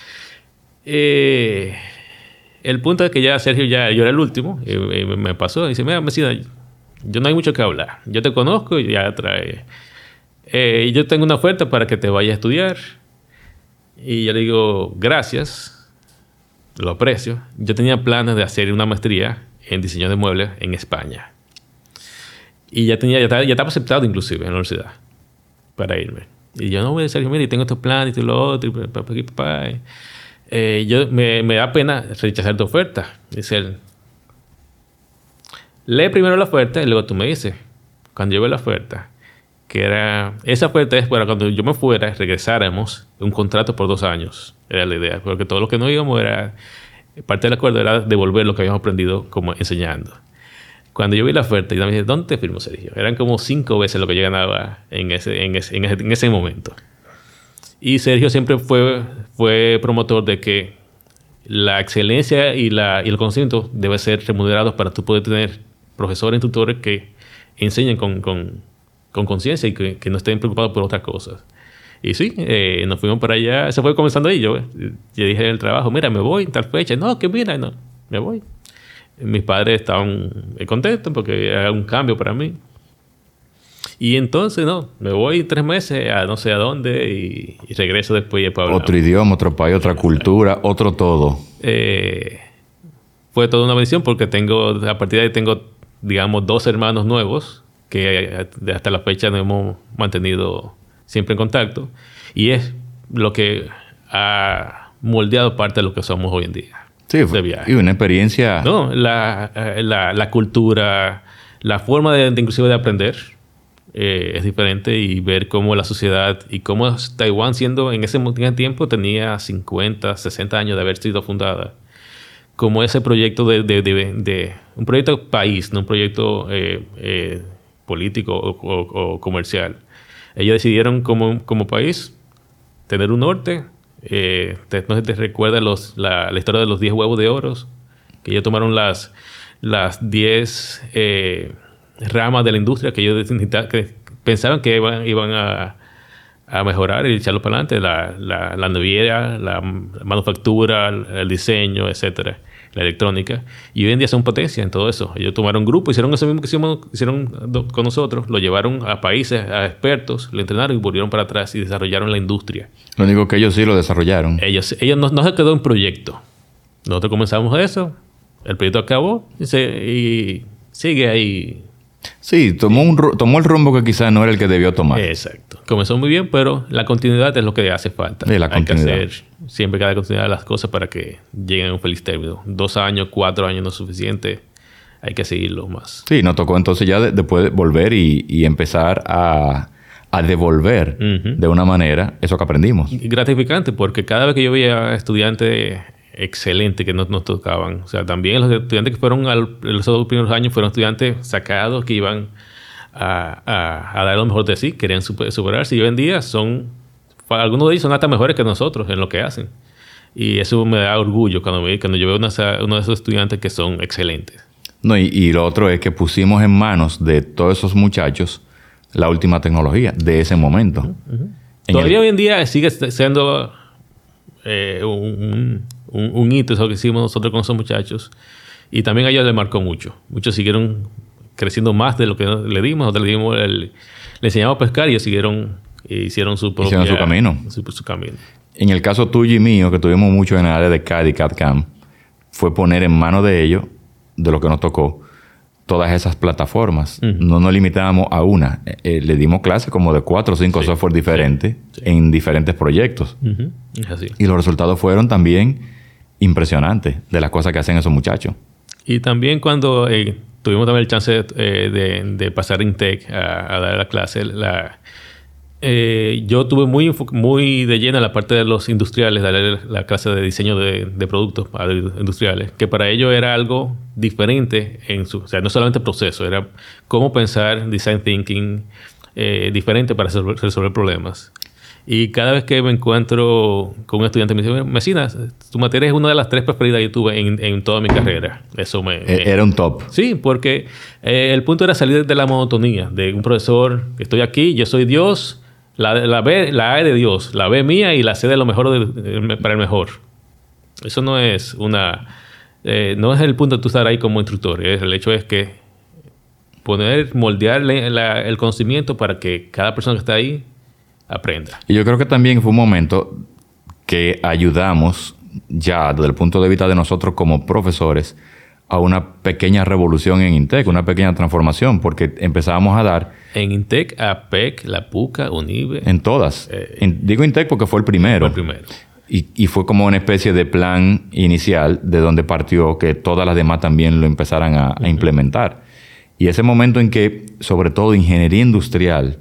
Eh, el punto es que ya Sergio, ya yo era el último. Y, y me pasó. Y dice, mira, Mesina, yo no hay mucho que hablar. Yo te conozco y ya trae... Eh, yo tengo una oferta para que te vayas a estudiar. Y yo le digo, gracias. Lo aprecio. Yo tenía planes de hacer una maestría en diseño de muebles en España. Y ya tenía, ya estaba, ya estaba aceptado inclusive en la universidad para irme. Y yo no voy a decir, mira, tengo estos planes y todo lo otro, y papá, papá, papá. Eh, yo, me, me da pena rechazar tu oferta. Dice él, lee primero la oferta y luego tú me dices, cuando yo veo la oferta, que era, esa oferta es para cuando yo me fuera, regresáramos un contrato por dos años. Era la idea, porque todo lo que no íbamos era, parte del acuerdo era devolver lo que habíamos aprendido como enseñando. Cuando yo vi la oferta, yo me dije, ¿dónde te firmo, Sergio? Eran como cinco veces lo que yo ganaba en ese, en ese, en ese, en ese momento. Y Sergio siempre fue, fue promotor de que la excelencia y, la, y el conocimiento debe ser remunerado para tú poder tener profesores, tutores que enseñen con, con, con conciencia y que, que no estén preocupados por otras cosas. Y sí, eh, nos fuimos para allá. Se fue comenzando ahí. Yo, yo dije en el trabajo, mira, me voy en tal fecha. No, que mira, no, me voy. Mis padres estaban contentos porque era un cambio para mí. Y entonces, no, me voy tres meses a no sé a dónde y, y regreso después. Para otro idioma, otro país, otra cultura, otro todo. Eh, fue toda una bendición porque tengo, a partir de ahí tengo, digamos, dos hermanos nuevos que hasta la fecha nos hemos mantenido siempre en contacto. Y es lo que ha moldeado parte de lo que somos hoy en día. Sí, de viaje. Y una experiencia... No, la, la, la cultura, la forma de, de inclusive de aprender eh, es diferente y ver cómo la sociedad y cómo Taiwán siendo en ese tiempo tenía cincuenta, sesenta años de haber sido fundada. Como ese proyecto de, de, de, de un proyecto país, no un proyecto eh, eh, político o, o, o comercial. Ellos decidieron como, como país tener un norte. Eh, te, no sé si te recuerda los, la, la historia de los diez huevos de oro, que ellos tomaron las las diez eh, ramas de la industria que ellos que pensaban que iban, iban a, a mejorar y echarlo para adelante, la, la, la naviera, la manufactura, el diseño, etcétera, la electrónica, y hoy en día son potencia en todo eso. Ellos tomaron un grupo, hicieron eso mismo que hicimos, hicieron con nosotros, lo llevaron a países, a expertos, lo entrenaron y volvieron para atrás y desarrollaron la industria. Lo único que ellos sí lo desarrollaron. Ellos, ellos no, no se quedó en proyecto. Nosotros comenzamos eso, el proyecto acabó y, se, y sigue ahí. Sí, tomó, un, tomó el rumbo que quizás no era el que debió tomar. Exacto. Comenzó muy bien, pero la continuidad es lo que hace falta. Sí, la Hay que continuidad. hacer siempre cada continuidad de las cosas para que lleguen a un feliz término. Dos años, cuatro años no es suficiente. hay que seguirlo más. Sí, nos tocó entonces ya de, después volver y, y empezar a, a devolver uh-huh. de una manera eso que aprendimos. Y gratificante, porque cada vez que yo veía estudiantes excelentes que nos, nos tocaban, o sea, también los estudiantes que fueron al, los dos primeros años fueron estudiantes sacados que iban a, a, a dar lo mejor de sí, querían super, superarse, y hoy en día son, algunos de ellos son hasta mejores que nosotros en lo que hacen. Y eso me da orgullo cuando, me, cuando yo veo una, uno de esos estudiantes que son excelentes. No, y, y lo otro es que pusimos en manos de todos esos muchachos la última tecnología de ese momento. Uh-huh. Uh-huh. Todavía el... hoy en día sigue siendo eh, un, un, un hito eso que hicimos nosotros con esos muchachos. Y también a ellos les marcó mucho. Muchos siguieron creciendo más de lo que le dimos. Nosotros le, dimos el, le enseñamos a pescar y ellos siguieron, hicieron su propia... Hicieron su camino. Su, su camino. En el caso tuyo y mío, que tuvimos mucho en el área de C A D y C A D-C A M, fue poner en manos de ellos, de lo que nos tocó, todas esas plataformas. Uh-huh. No nos limitábamos a una. Eh, le dimos clases como de cuatro o cinco sí, software diferentes sí, sí. en diferentes proyectos. Uh-huh. Es así. Y los resultados fueron también impresionantes de las cosas que hacen esos muchachos. Y también cuando eh, tuvimos también el chance eh, de, de pasar INTEC a, a dar la clase, la... Eh, yo tuve muy, muy de llena la parte de los industriales, darle la clase de diseño de, de productos industriales, que para ellos era algo diferente, en su, o sea, no solamente proceso, era cómo pensar, design thinking, eh, diferente para resolver, resolver problemas. Y cada vez que me encuentro con un estudiante, me dice, Mesina, tu materia es una de las tres preferidas que yo tuve en, en toda mi carrera. Eso me... me... Era un top. Sí, porque eh, el punto era salir de la monotonía, de un profesor, estoy aquí, yo soy Dios... La, la B, la A es de Dios, la B mía y la C de lo mejor de, de, para el mejor. Eso no es una... Eh, no es el punto de tú estar ahí como instructor. Es, el hecho es que poner, moldear la, la, el conocimiento para que cada persona que está ahí aprenda. Y yo creo que también fue un momento que ayudamos ya desde el punto de vista de nosotros como profesores a una pequeña revolución en INTEC, una pequeña transformación, porque empezábamos a dar... En INTEC, A P E C, la PUCA, UNIBE... En todas. Eh, en, digo INTEC porque fue el primero. Fue el primero. Y, y fue como una especie de plan inicial de donde partió que todas las demás también lo empezaran a, uh-huh. a implementar. Y ese momento en que, sobre todo, ingeniería industrial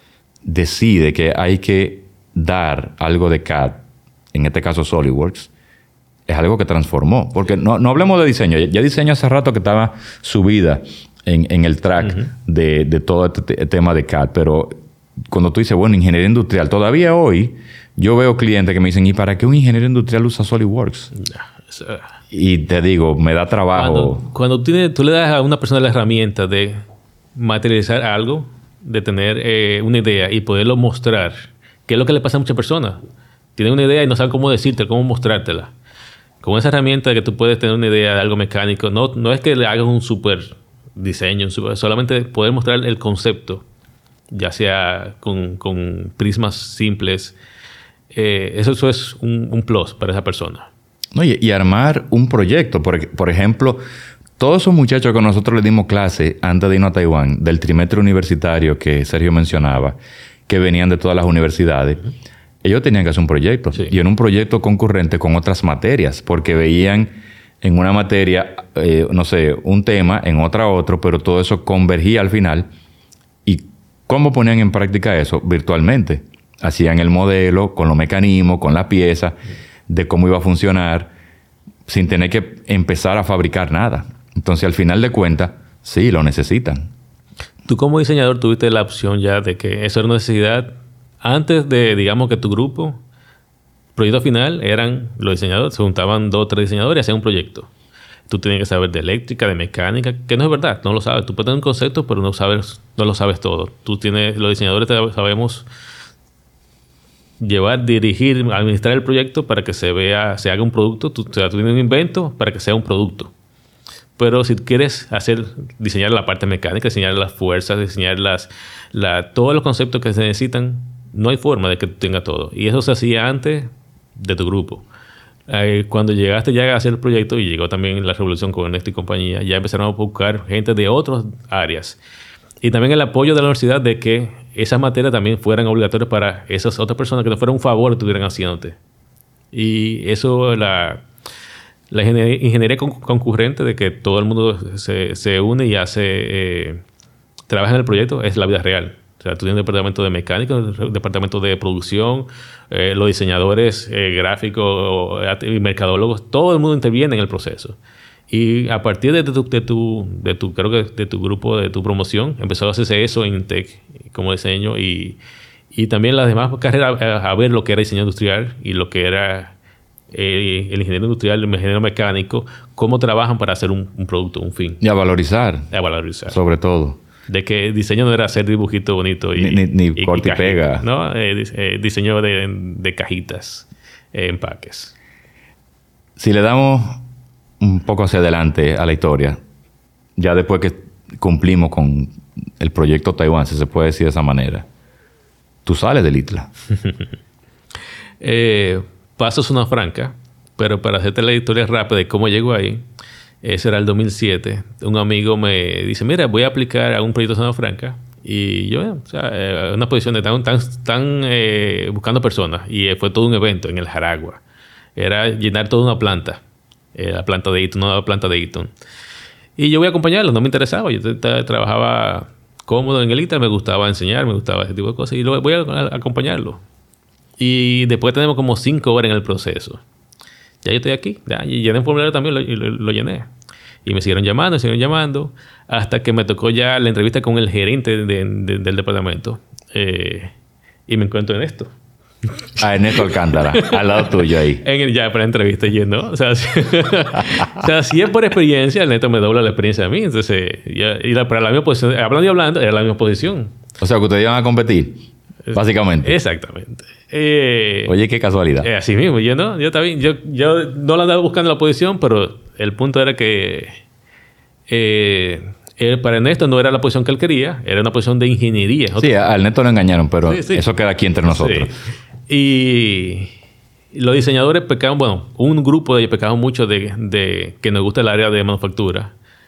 decide que hay que dar algo de C A D, en este caso SolidWorks, es algo que transformó. Porque no, no hablemos de diseño. Ya diseño hace rato que estaba subida en, en el track uh-huh. de, de todo este t- tema de C A D. Pero cuando tú dices, bueno, ingeniería industrial, todavía hoy yo veo clientes que me dicen, ¿y para qué un ingeniero industrial usa SolidWorks? Uh, y te digo, me da trabajo. Cuando, cuando tienes, tú le das a una persona la herramienta de materializar algo, de tener eh, una idea y poderlo mostrar, que es lo que le pasa a muchas personas. Tienen una idea y no saben cómo decirte, cómo mostrártela. Con esa herramienta de que tú puedes tener una idea de algo mecánico, no, no es que le hagas un super diseño, un super, solamente poder mostrar el concepto, ya sea con, con prismas simples. Eh, eso, eso es un, un plus para esa persona. No, y, y armar un proyecto. Por, por ejemplo, todos esos muchachos que nosotros les dimos clase antes de irnos a Taiwán, del trimestre universitario que Sergio mencionaba, que venían de todas las universidades, uh-huh. ellos tenían que hacer un proyecto. Sí. Y en un proyecto concurrente con otras materias, porque veían en una materia, eh, no sé, un tema, en otra otro, pero todo eso convergía al final. ¿Y cómo ponían en práctica eso? Virtualmente. Hacían el modelo con los mecanismos, con la pieza, de cómo iba a funcionar, sin tener que empezar a fabricar nada. Entonces, al final de cuentas, sí, lo necesitan. Tú como diseñador tuviste la opción ya de que eso era una necesidad antes de, digamos, que tu grupo, proyecto final, eran los diseñadores, se juntaban dos o tres diseñadores y hacían un proyecto. Tú tenías que saber de eléctrica, de mecánica, que no es verdad, no lo sabes. Tú puedes tener un concepto, pero no sabes, no lo sabes todo. Tú tienes, los diseñadores sabemos llevar, dirigir, administrar el proyecto para que se vea, se haga un producto. Tú, o sea, tú tienes un invento para que sea un producto. Pero si quieres hacer, diseñar la parte mecánica, diseñar las fuerzas, diseñar las, la, todos los conceptos que se necesitan, no hay forma de que tú tengas todo. Y eso se hacía antes de tu grupo. Eh, cuando llegaste ya a hacer el proyecto, y llegó también la revolución con Ernesto y compañía, ya empezaron a buscar gente de otras áreas. Y también el apoyo de la universidad de que esas materias también fueran obligatorias para esas otras personas, que no fuera un favor que estuvieran haciéndote. Y eso, la... la ingeniería, ingeniería con, concurrente de que todo el mundo se, se une y hace, eh, trabaja en el proyecto, es la vida real. O sea, tú tienes un departamento de mecánica, un departamento de producción, eh, los diseñadores eh, gráficos y mercadólogos, todo el mundo interviene en el proceso. Y a partir de tu, de tu, de tu, creo que de tu grupo, de tu promoción, empezó a hacerse eso en Tech como diseño y, y también las demás carreras a, a ver lo que era diseño industrial y lo que era eh, el ingeniero industrial, el ingeniero mecánico, cómo trabajan para hacer un, un producto, un fin. Y a valorizar. A valorizar. Sobre todo. De que diseño no era hacer dibujito bonito y... Ni, ni, ni y, corte y, y pega. ¿no? Eh, eh, diseño de, de cajitas, eh, empaques. Si le damos un poco hacia adelante a la historia, ya después que cumplimos con el proyecto Taiwán, si se puede decir de esa manera, tú sales del I T L A. eh, paso Zona Franca, pero para hacerte la historia rápida de cómo llego ahí, ese era el dos mil siete. Un amigo me dice, mira, voy a aplicar a un proyecto de Zona Franca. Y yo, o sea, eh, una posición de tan, tan, tan eh, buscando personas. Y fue todo un evento en el Jaragua. Era llenar toda una planta. Eh, la planta de Eaton, no la planta de Eaton. Y yo voy a acompañarlo, no me interesaba. Yo t- t- trabajaba cómodo en el I T L A, me gustaba enseñar, me gustaba ese tipo de cosas. Y lo, voy a, a acompañarlo. Y después tenemos como cinco horas en el proceso. Ya yo estoy aquí. Ya, y llené un formulario también y lo, lo, lo llené. Y me siguieron llamando, me siguieron llamando, hasta que me tocó ya la entrevista con el gerente de, de, del departamento. Eh, y me encuentro en esto. A Ernesto Alcántara, al lado tuyo ahí. En el, ya para la entrevista yendo. O sea, si, o sea, si es por experiencia, Ernesto me dobla la experiencia a mí. Entonces, ya, y la, para la misma posición, hablando y hablando, era la misma posición. O sea, que ustedes iban a competir, básicamente. Exactamente. Eh, Oye, qué casualidad. Eh, así mismo. Yo no, yo también, yo, yo no la andaba buscando la posición, pero el punto era que eh, él, para Ernesto no era la posición que él quería, era una posición de ingeniería. Sí, a Ernesto lo engañaron, pero sí, sí. eso queda aquí entre nosotros. Sí. Y los diseñadores pecaban, bueno, un grupo de ellos pecaban mucho de, de que nos gusta el área de manufactura.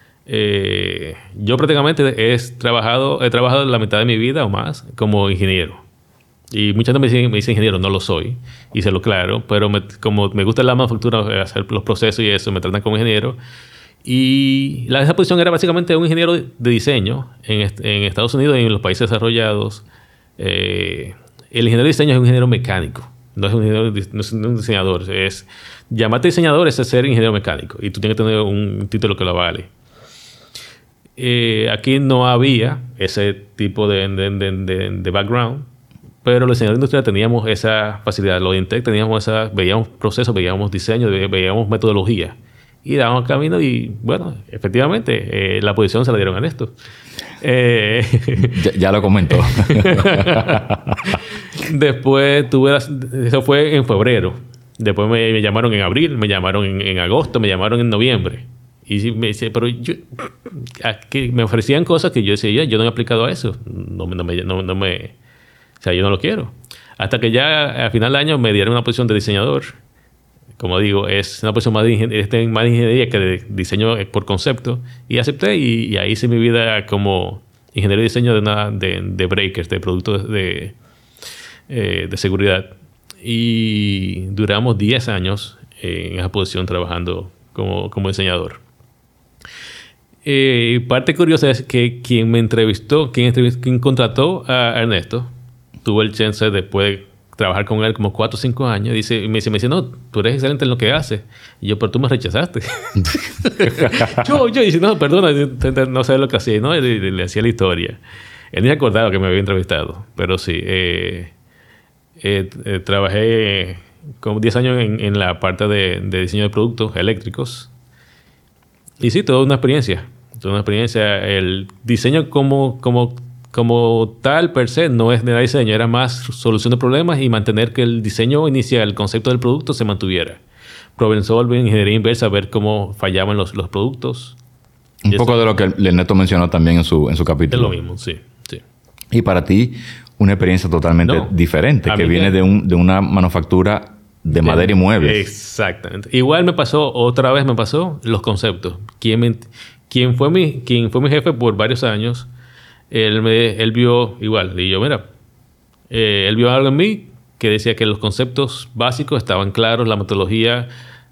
Eh, yo prácticamente he trabajado, he trabajado la mitad de mi vida o más como ingeniero. Y muchas veces me dicen, me dicen ingeniero, no lo soy, y se lo claro, pero me, como me gusta la manufactura, hacer los procesos y eso, me tratan como ingeniero. Y la, esa posición era básicamente un ingeniero de, de diseño en, est en Estados Unidos y en los países desarrollados. Eh, el ingeniero de diseño es un ingeniero mecánico, no es un, ingeniero, no es un diseñador. Es, llamarte diseñador es ser ingeniero mecánico y tú tienes que tener un título que lo vale. Eh, aquí no había ese tipo de, de, de, de, de background, pero los diseñadores industriales teníamos esa facilidad. Los Intec teníamos esa, veíamos procesos, veíamos diseño, veíamos metodología. Y dábamos camino y, bueno, efectivamente, eh, la posición se la dieron a Ernesto. Eh, ya, ya lo comentó. Después tuve... La, eso fue en febrero. Después me, me llamaron en abril, me llamaron en, en agosto, me llamaron en noviembre. Y me dice, pero yo... Aquí me ofrecían cosas que yo decía, yo no me he aplicado a eso. No, no, me, no, no me... O sea, yo no lo quiero. Hasta que ya a final de año me dieron una posición de diseñador. Como digo, es una posición más de, ingen más de ingeniería que de diseño por concepto. Y acepté y, y ahí hice mi vida como ingeniero de diseño de, una, de, de breakers, de productos de, eh, de seguridad. Y duramos diez años en esa posición trabajando como, como diseñador. Eh, parte curiosa es que quien me entrevistó, quien, entrevistó, quien contrató a Ernesto, tuve el chance después de trabajar con él como cuatro o cinco años. Dice, y me dice, me dice, no, tú eres excelente en lo que haces. Y yo, pero tú me rechazaste. yo, yo, dice, no, perdona, no sabes lo que hacía. ¿No? Le, le, le hacía la historia. Él ni se acordaba que me había entrevistado. Pero sí, eh, eh, eh, trabajé como diez años en, en la parte de, de diseño de productos eléctricos. Y sí, toda una experiencia. Toda una experiencia. El diseño como... como Como tal, per se, no es de diseño. Era más solución de problemas y mantener que el diseño inicial, el concepto del producto, se mantuviera. Problem solving, ingeniería inversa, ver cómo fallaban los, los productos. Un y poco eso, de lo que Ernesto mencionó también en su, en su capítulo. Es lo mismo, sí, sí. Y para ti, una experiencia totalmente no, diferente, que viene que... de, un, de una manufactura de, de madera y muebles. Exactamente. Igual me pasó, otra vez me pasó, los conceptos. Quien, me, quien, fue, mi, quien fue mi jefe por varios años... Él, me, él vio igual. Y yo, mira, eh, él vio algo en mí que decía que los conceptos básicos estaban claros, la metodología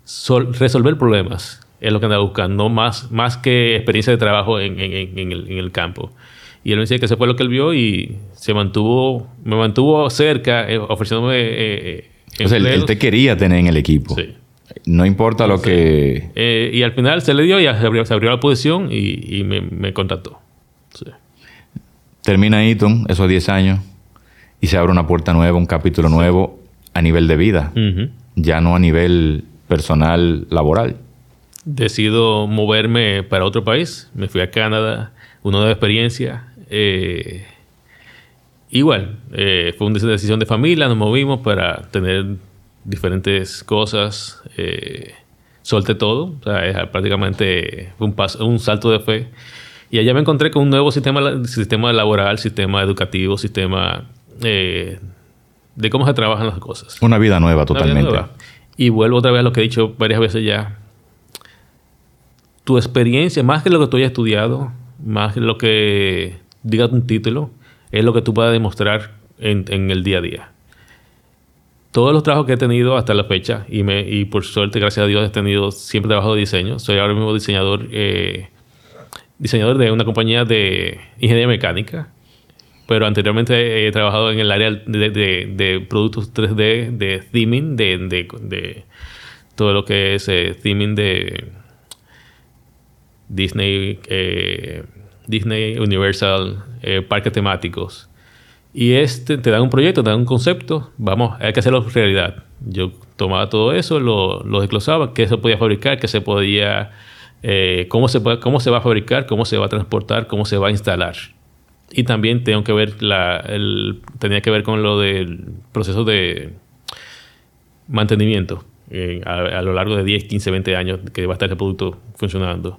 sol- resolver problemas es lo que andaba buscando, no más, más que experiencia de trabajo en, en, en, el, en el campo. Y él me decía que eso fue lo que él vio y se mantuvo, me mantuvo cerca, eh, ofreciéndome eh, O sea, él, él te quería tener en el equipo. Sí. No importa lo Sí. que... Eh, y al final se le dio y se abrió, se abrió la posición y, y me, me contrató. Sí. Termina Eaton, esos diez años, y se abre una puerta nueva, un capítulo nuevo a nivel de vida. Uh-huh. Ya no a nivel personal, laboral. Decido moverme para otro país. Me fui a Canadá, una nueva experiencia. Eh, igual, eh, fue una decisión de familia, nos movimos para tener diferentes cosas. Eh, solté todo, o sea, es prácticamente fue un, paso, un salto de fe. Y allá me encontré con un nuevo sistema, sistema laboral, sistema educativo, sistema eh, de cómo se trabajan las cosas. Una vida nueva totalmente. Una vida nueva. Y vuelvo otra vez a lo que he dicho varias veces ya. Tu experiencia, más que lo que tú hayas estudiado, más que lo que diga un título, es lo que tú puedas demostrar en, en el día a día. Todos los trabajos que he tenido hasta la fecha, y, me, y por suerte, gracias a Dios, he tenido siempre trabajo de diseño. Soy ahora mismo diseñador, eh, diseñador de una compañía de ingeniería mecánica, pero anteriormente he trabajado en el área de, de, de productos tres D, de theming, de, de, de todo lo que es eh, theming de Disney, eh, Disney, Universal, eh, parques temáticos. Y este te dan un proyecto, te dan un concepto, vamos, hay que hacerlo realidad. Yo tomaba todo eso, lo, lo desglosaba, qué se podía fabricar, qué se podía, eh, cómo se puede, cómo se va a fabricar, cómo se va a transportar, cómo se va a instalar. Y también tengo que ver la, el, tenía que ver con lo del proceso de mantenimiento eh, a, a lo largo de diez, quince, veinte años que va a estar el producto funcionando.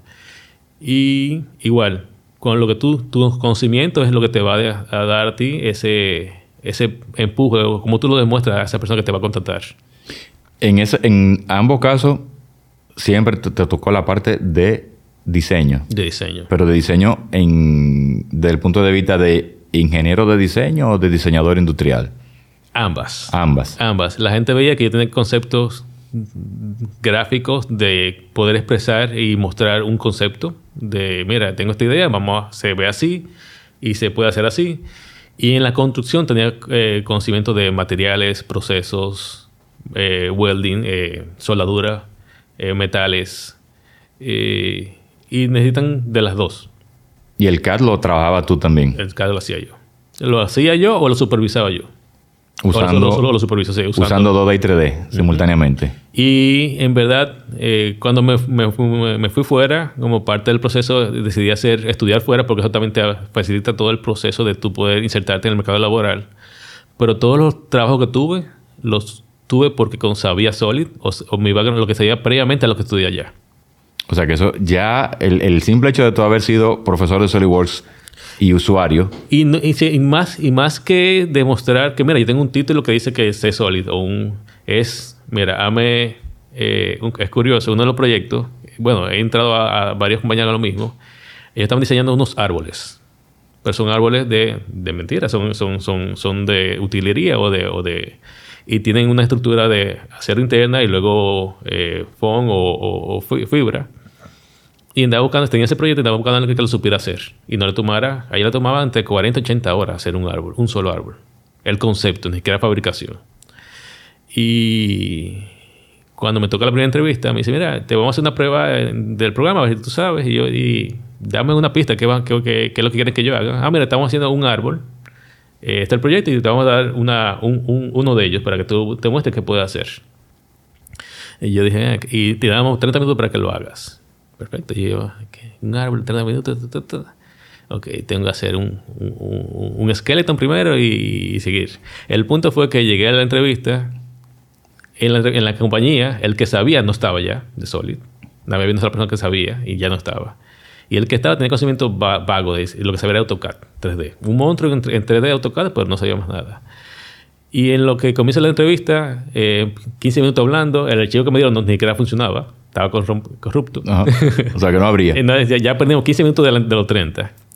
Y igual, con lo que tú, tu conocimiento es lo que te va a, a dar a ti ese, ese empuje, como tú lo demuestras a esa persona que te va a contratar. En, ese, en ambos casos, siempre te, te tocó la parte de diseño. De diseño. Pero de diseño en, desde el punto de vista de ingeniero de diseño o de diseñador industrial. Ambas. Ambas. Ambas. La gente veía que yo tenía conceptos gráficos de poder expresar y mostrar un concepto de, mira, tengo esta idea, vamos a, se ve así y se puede hacer así. Y en la construcción tenía eh, conocimiento de materiales, procesos, eh, welding, eh, soldadura, eh, metales, eh, y necesitan de las dos. ¿Y el C A D lo trabajaba tú también? El C A D lo hacía yo. ¿Lo hacía yo o lo supervisaba yo? Usando, solo, solo lo superviso, sí, usando, usando dos D y tres D simultáneamente. Y en verdad, eh, cuando me, me, me fui fuera, como parte del proceso, decidí hacer, estudiar fuera porque eso también te facilita todo el proceso de tú poder insertarte en el mercado laboral. Pero todos los trabajos que tuve, los tuve porque sabía Solid o, o me iba a lo que sabía previamente a lo que estudié allá. O sea que eso ya, el, el simple hecho de tú haber sido profesor de SolidWorks y usuario. Y, no, y, y, más, y más que demostrar que, mira, yo tengo un título que dice que sé Solid, o un, es, mira, ame, eh, un, es curioso, uno de los proyectos, bueno, he entrado a, a varias compañías con lo mismo, ellos estaban diseñando unos árboles, pero son árboles de, de mentira, son, son, son, son de utilería o de, o de... Y tienen una estructura de acero interna y luego eh, foam o, o, o fibra. Y andaba buscando, tenía ese proyecto y andaba buscando alguien que lo supiera hacer. Y no le tomara, ahí le tomaba entre cuarenta y ochenta horas hacer un árbol, un solo árbol. El concepto, ni siquiera fabricación. Y cuando me toca la primera entrevista, me dice, mira, te vamos a hacer una prueba del programa, a ver si tú sabes. Y yo, y dame una pista, ¿qué, va, qué, qué, qué es lo que quieres que yo haga? Ah, mira, estamos haciendo un árbol. Eh, este es el proyecto y te vamos a dar una, un, un, uno de ellos para que tú te muestres qué puedes hacer. Y yo dije, y te damos treinta minutos para que lo hagas. Perfecto. Y yo, okay, un árbol, treinta minutos. Ta, ta, ta. Ok, tengo que hacer un, un, un skeleton primero y, y seguir. El punto fue que llegué a la entrevista. En la, en la compañía, el que sabía no estaba ya de Solid. No había una sola persona que sabía y ya no estaba. Y el que estaba tenía conocimiento va, vago de lo que sabía era AutoCAD tres D. Un monstruo en, en tres D AutoCAD, pero no sabía más nada. Y en lo que comienza la entrevista, eh, quince minutos hablando, el archivo que me dieron no, ni siquiera funcionaba. Estaba corrupto. Ajá. O sea, que no habría. Entonces, ya, ya perdimos quince minutos de, la, de los treinta.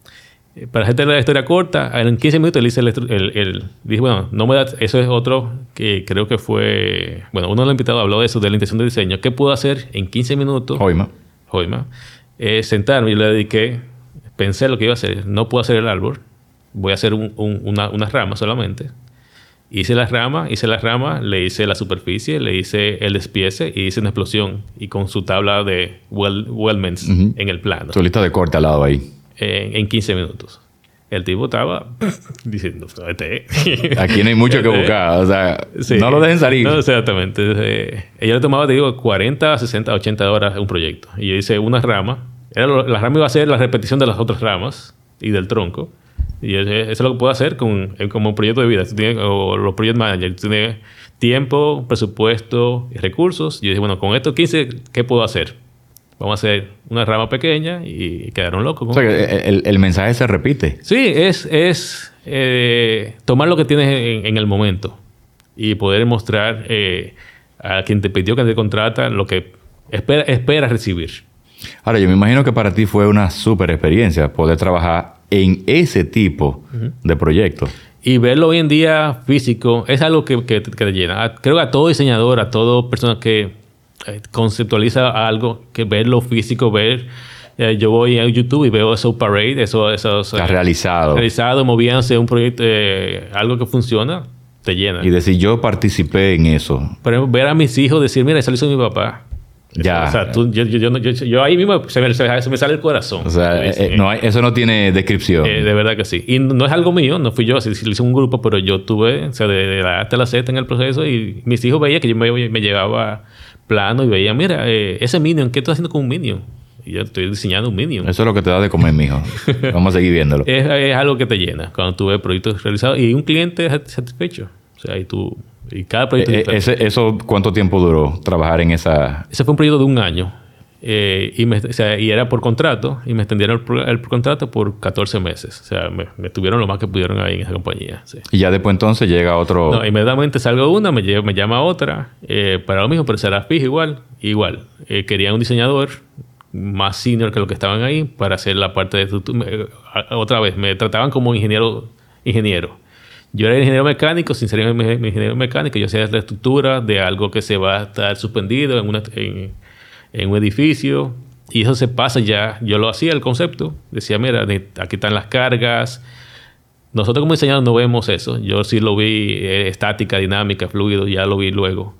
Para hacerte la historia corta, en quince minutos él hice el, el, el... Dije, bueno, no me da... Eso es otro que creo que fue... Bueno, uno de los invitados habló de eso, de la intención de diseño. ¿Qué puedo hacer en quince minutos? Joima. Joima. Eh, sentarme y le dediqué... Pensé lo que iba a hacer. No puedo hacer el árbol. Voy a hacer un, un, una, una rama solamente. Hice la rama, hice la rama, le hice la superficie, le hice el despiece y hice una explosión. Y con su tabla de well, Wellmans uh-huh. en el plano. Tu lista de corte al lado ahí. En, en quince minutos. El tipo estaba diciendo, este, aquí no hay mucho que buscar. O sea, sí, no lo dejen salir. No, exactamente. Eh, ella le tomaba, te digo, cuarenta, sesenta, ochenta horas un proyecto. Y yo hice una rama. Era lo, la rama iba a ser la repetición de las otras ramas y del tronco. Y eso, eso es lo que puedo hacer con, como un proyecto de vida. Tú tienes, o los project managers. Tú tienes tiempo, presupuesto y recursos. Y yo dije, bueno, con estos quince, ¿qué puedo hacer? Vamos a hacer una rama pequeña y quedaron locos. O sea, que el, el mensaje se repite. Sí, es, es eh, tomar lo que tienes en, en el momento y poder mostrar eh, a quien te pidió que te contrata lo que espera, espera recibir. Ahora, yo me imagino que para ti fue una súper experiencia poder trabajar en ese tipo uh-huh. de proyectos. Y verlo hoy en día físico es algo que, que, que te llena. Creo que a todo diseñador, a toda persona que conceptualiza algo, que verlo físico, ver... Eh, yo voy a YouTube y veo esos parades, esos... esos Está eh, realizado. Realizado, moviéndose un proyecto, eh, algo que funciona, te llena. Y decir, yo participé en eso. Por ejemplo, ver a mis hijos decir, mira, eso lo hizo mi papá. Ya. O sea, tú, yo, yo, yo, yo, yo ahí mismo se me, se me sale el corazón. O sea, eh, eh, no hay, eso no tiene descripción. Eh, de verdad que sí. Y no es algo mío, no fui yo, así lo hice un grupo, pero yo tuve, o sea, de, de la A hasta la Z en el proceso y mis hijos veían que yo me, me llevaba plano y veían, mira, eh, ese Minion, ¿qué estás haciendo con un Minion? Y yo estoy diseñando un Minion. Eso es lo que te da de comer, mijo. Vamos a seguir viéndolo. es, es algo que te llena cuando tú ves proyectos realizados y un cliente satisfecho. O sea, y tú... Y cada proyecto... Eh, ese, ¿Eso cuánto tiempo duró trabajar en esa...? Ese fue un proyecto de un año. Eh, y, me, o sea, y era por contrato. Y me extendieron el, el contrato por catorce meses. O sea, me, me tuvieron lo más que pudieron ahí en esa compañía. Sí. Y ya después entonces llega otro... No, inmediatamente salgo una, me, lleva, me llama otra. Eh, para lo mismo, pero será fija igual. Igual. Eh, querían un diseñador más senior que lo que estaban ahí para hacer la parte de... Me, otra vez, me trataban como ingeniero... ingeniero. Yo era ingeniero mecánico, sin ser ingeniero mecánico. Yo hacía la estructura de algo que se va a estar suspendido en, una, en, en un edificio. Y eso se pasa ya. Yo lo hacía, el concepto. Decía, mira, aquí están las cargas. Nosotros como diseñadores no vemos eso. Yo sí lo vi, eh, estática, dinámica, fluido. Ya lo vi luego.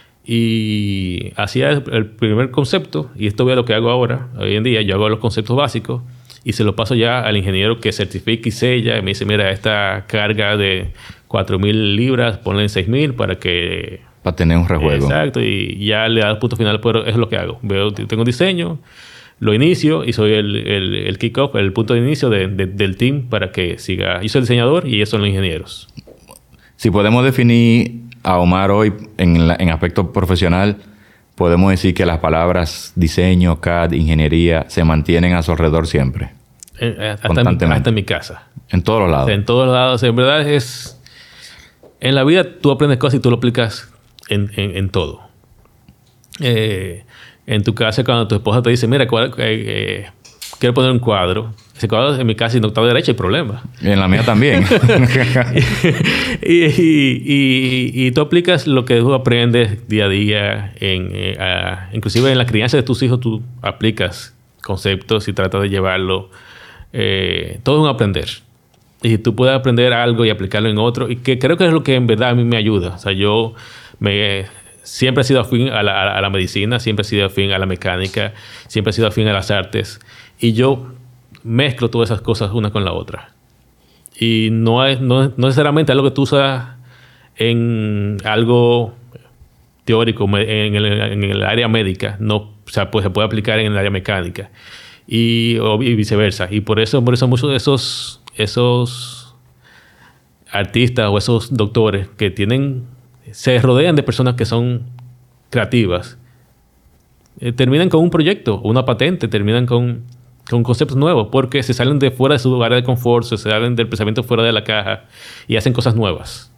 Y hacía el, el primer concepto. Y esto es lo que hago ahora. Hoy en día yo hago los conceptos básicos. Y se lo paso ya al ingeniero que certifica y sella. Y me dice, mira, esta carga de cuatro mil libras, ponle en seis mil para que... Para tener un rejuego. Exacto. Y ya le da el punto final, pero eso es lo que hago. Veo, tengo un diseño, lo inicio y soy el, el, el kick-off, el punto de inicio de, de, del team para que siga. Yo soy el diseñador y ellos son los ingenieros. Si podemos definir a Omar hoy en, la, en aspecto profesional... Podemos decir que las palabras diseño, C A D, ingeniería se mantienen a su alrededor siempre. Eh, hasta, en mi, hasta en mi casa. En todos los lados. O sea, en todos los lados. En verdad es... En la vida tú aprendes cosas y tú lo aplicas en, en, en todo. Eh, en tu casa, cuando tu esposa te dice, mira, eh, eh, quiero poner un cuadro. Ese cuadro en mi casa y no está derecha, hay problema. Y en la mía también. y, y, y, y tú aplicas lo que tú aprendes día a día. En, eh, a, inclusive en la crianza de tus hijos tú aplicas conceptos y tratas de llevarlo. Eh, todo es un aprender. Y tú puedes aprender algo y aplicarlo en otro. Y que creo que es lo que en verdad a mí me ayuda. O sea, yo me, siempre he sido afín a la, a la medicina, siempre he sido afín a la mecánica, siempre he sido afín a las artes. Y yo... mezclo todas esas cosas una con la otra. Y no es no, no necesariamente algo que tú usas en algo teórico en el, en el área médica. No, o sea, pues se puede aplicar en el área mecánica. Y, o, y viceversa. Y por eso, por eso muchos de esos, esos artistas o esos doctores que tienen... se rodean de personas que son creativas. Eh, terminan con un proyecto, una patente, terminan con... con conceptos nuevos, porque se salen de fuera de su área de confort, se salen del pensamiento fuera de la caja y hacen cosas nuevas.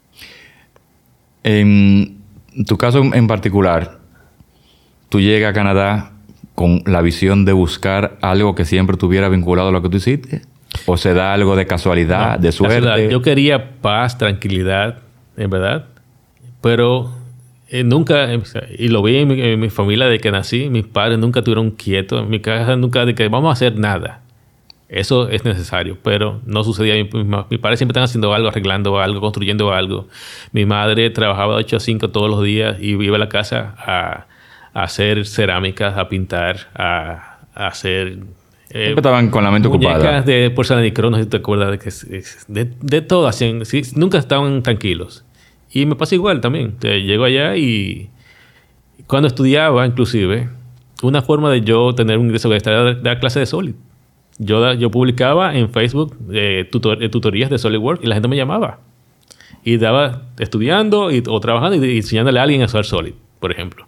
En tu caso en particular, tú llegas a Canadá con la visión de buscar algo que siempre estuviera vinculado a lo que tú hiciste, ¿O se da algo de casualidad, No, de suerte? casualidad. Yo quería paz, tranquilidad, en verdad. Pero eh, nunca... eh, y lo vi en mi, en mi familia de que nací. Mis padres nunca estuvieron quietos. En mi casa nunca de que vamos a hacer nada. Eso es necesario, pero no sucedía. Mi, mi, mi padre siempre estaba haciendo algo, arreglando algo, construyendo algo. Mi madre trabajaba de ocho a cinco todos los días y iba a la casa a, a hacer cerámicas, a pintar, a, a hacer... Eh, Siempre estaban con la mente ocupada. Muñecas de porcelanicrón, no sé si te acuerdas de que... De, de todo hacían... Sí, nunca estaban tranquilos. Y me pasa igual también. O sea, llego allá y... Cuando estudiaba, inclusive, una forma de yo tener un ingreso extra era dar clase de Solid. Yo, yo publicaba en Facebook eh, tutor, eh, tutorías de SolidWorks y la gente me llamaba. Y daba estudiando y, o trabajando y, y enseñándole a alguien a usar Solid, por ejemplo.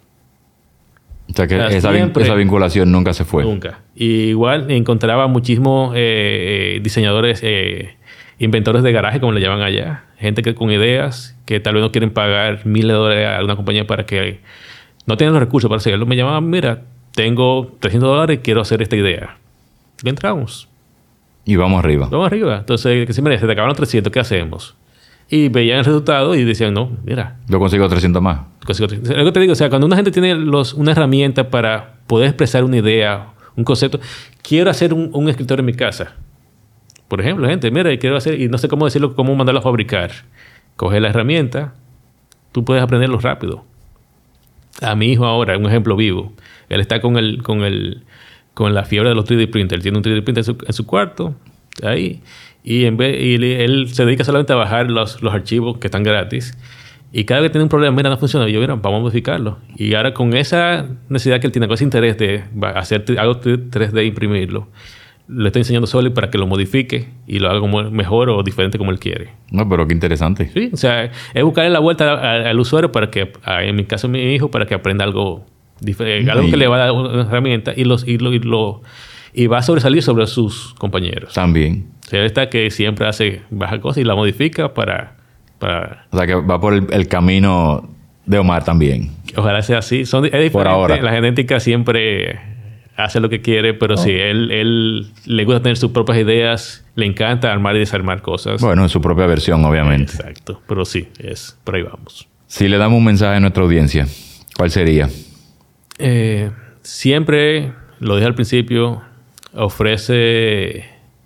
O sea que O sea, esa, siempre, esa vinculación nunca se fue. Nunca. Y igual encontraba muchísimos eh, eh, diseñadores, eh, inventores de garaje, como le llaman allá. Gente que con ideas que tal vez no quieren pagar miles de dólares a una compañía para que... No tienen los recursos para hacerlo. Me llamaban, mira, tengo trescientos dólares y quiero hacer esta idea. Y entramos. Y vamos arriba. Vamos arriba. Entonces, que si me se te acabaron los trescientos, ¿qué hacemos? Y veían el resultado y decían, no, mira. Yo consigo trescientos más. Consigo trescientos. Lo que te digo, o sea, cuando una gente tiene los, una herramienta para poder expresar una idea, un concepto. Quiero hacer un, un escritorio en mi casa. Por ejemplo, gente, mira, quiero hacer, y no sé cómo decirlo, cómo mandarlo a fabricar. Coge la herramienta, tú puedes aprenderlo rápido. A mi hijo ahora, un ejemplo vivo. Él está con el... Con el con la fiebre de los tres D printers. Tiene un tres D printer en su, en su cuarto, ahí, y, en vez, y él se dedica solamente a bajar los, los archivos que están gratis. Y cada vez que tiene un problema, mira, no funciona. Y yo, mira, vamos a modificarlo. Y ahora con esa necesidad que él tiene, con ese interés de hacer algo tres D e imprimirlo, le estoy enseñando Solid para que lo modifique y lo haga como mejor o diferente como él quiere. No, pero qué interesante. Sí, o sea, es buscarle la vuelta al, al usuario para que, en mi caso, mi hijo, para que aprenda algo diferente, algo que le va a dar una herramienta y, los, y, lo, y, lo, y va a sobresalir sobre sus compañeros. También. O sea, él está que siempre hace, baja cosas y la modifica para... para o sea, que va por el, el camino de Omar también. Ojalá sea así. Son, es diferente. Por ahora. La genética siempre hace lo que quiere, pero oh. sí, él, él le gusta tener sus propias ideas, le encanta armar y desarmar cosas. Bueno, en su propia versión, obviamente. Exacto. Pero sí, es por ahí vamos. Si le damos un mensaje a nuestra audiencia, ¿cuál sería? Eh, siempre, lo dije al principio, ofrece...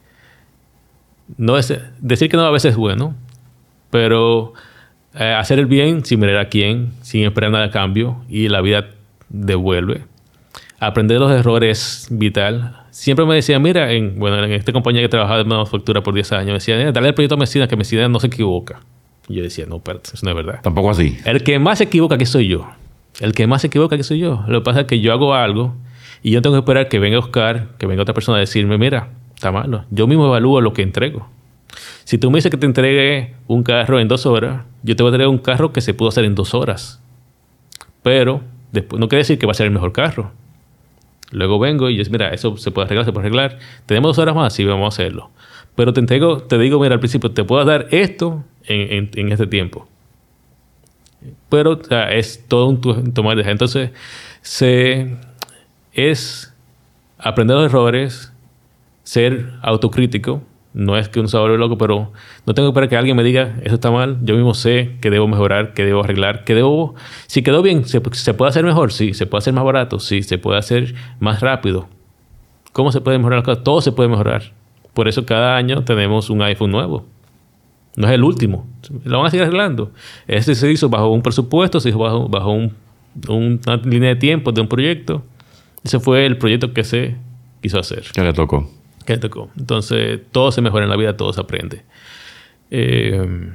No es, decir que no a veces es bueno, pero eh, hacer el bien sin mirar a quién, sin esperar nada a cambio, y la vida devuelve. Aprender los errores es vital. Siempre me decían, mira, en, bueno, en esta compañía que trabajaba de manufactura por diez años, me decían, dale el proyecto a Mesina, que Mesina no se equivoca. Y yo decía, no, espérate, eso no es verdad. Tampoco así. El que más se equivoca aquí soy yo. El que más se equivoca aquí soy yo. Lo que pasa es que yo hago algo y yo tengo que esperar que venga Oscar, que venga otra persona a decirme, mira, está malo. Yo mismo evalúo lo que entrego. Si tú me dices que te entregue un carro en dos horas, yo te voy a entregar un carro que se pudo hacer en dos horas. Pero después, no quiere decir que va a ser el mejor carro. Luego vengo y yo, mira, eso se puede arreglar, se puede arreglar. ¿Tenemos dos horas más? Sí, vamos a hacerlo. Pero te entrego, te digo, mira, al principio, te puedo dar esto en, en, en este tiempo. Pero o sea, es todo un tomar de decisión. Entonces, se, es aprender los errores, ser autocrítico. No es que uno se vuelve loco, pero no tengo que esperar que alguien me diga, eso está mal. Yo mismo sé que debo mejorar, que debo arreglar, que debo... Si quedó bien, ¿se, se puede hacer mejor? Sí. ¿Se puede hacer más barato? Sí. ¿Se puede hacer más rápido? ¿Cómo se puede mejorar las cosas? Todo se puede mejorar. Por eso cada año tenemos un iPhone nuevo. No es el último. Lo van a seguir arreglando. Este se hizo bajo un presupuesto, se hizo bajo, bajo un, un, una línea de tiempo de un proyecto. Ese fue el proyecto que se quiso hacer. ¿Qué le tocó? ¿Qué le tocó? Entonces, todo se mejora en la vida, todo se aprende. Eh,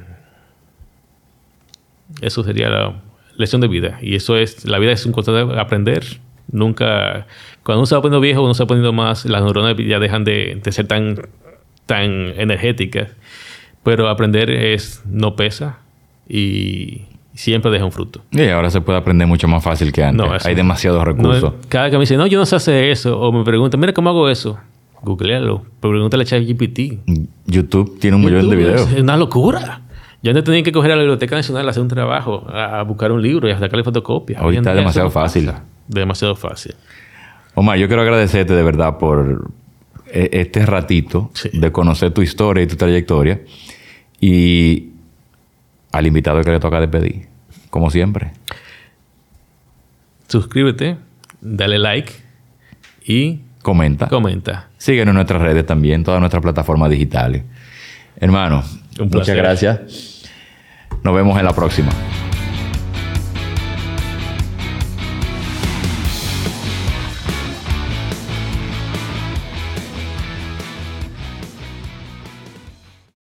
eso sería la lección de vida. Y eso es... La vida es un constante aprender. Nunca... Cuando uno se va poniendo viejo, uno se va poniendo más... Las neuronas ya dejan de, de ser tan, tan energéticas. Pero aprender es no pesa y siempre deja un fruto. Y ahora se puede aprender mucho más fácil que antes. No, Hay demasiados recursos. No, cada que me dice, no, yo no sé hacer eso. O me preguntan, mira, ¿cómo hago eso? Googlealo. Pregúntale a ChatGPT. YouTube tiene un millón de videos. Es una locura. Yo antes tenía que coger a la Biblioteca Nacional a hacer un trabajo, a, a buscar un libro y a sacarle fotocopia. Ahorita es demasiado fácil. Demasiado fácil. Omar, yo quiero agradecerte de verdad por este ratito sí. de conocer tu historia y tu trayectoria. Y al invitado que le toca despedir, como siempre. Suscríbete, dale like y comenta. Comenta. Síguenos en nuestras redes también, todas nuestras plataformas digitales. Hermano, muchas gracias. Nos vemos en la próxima.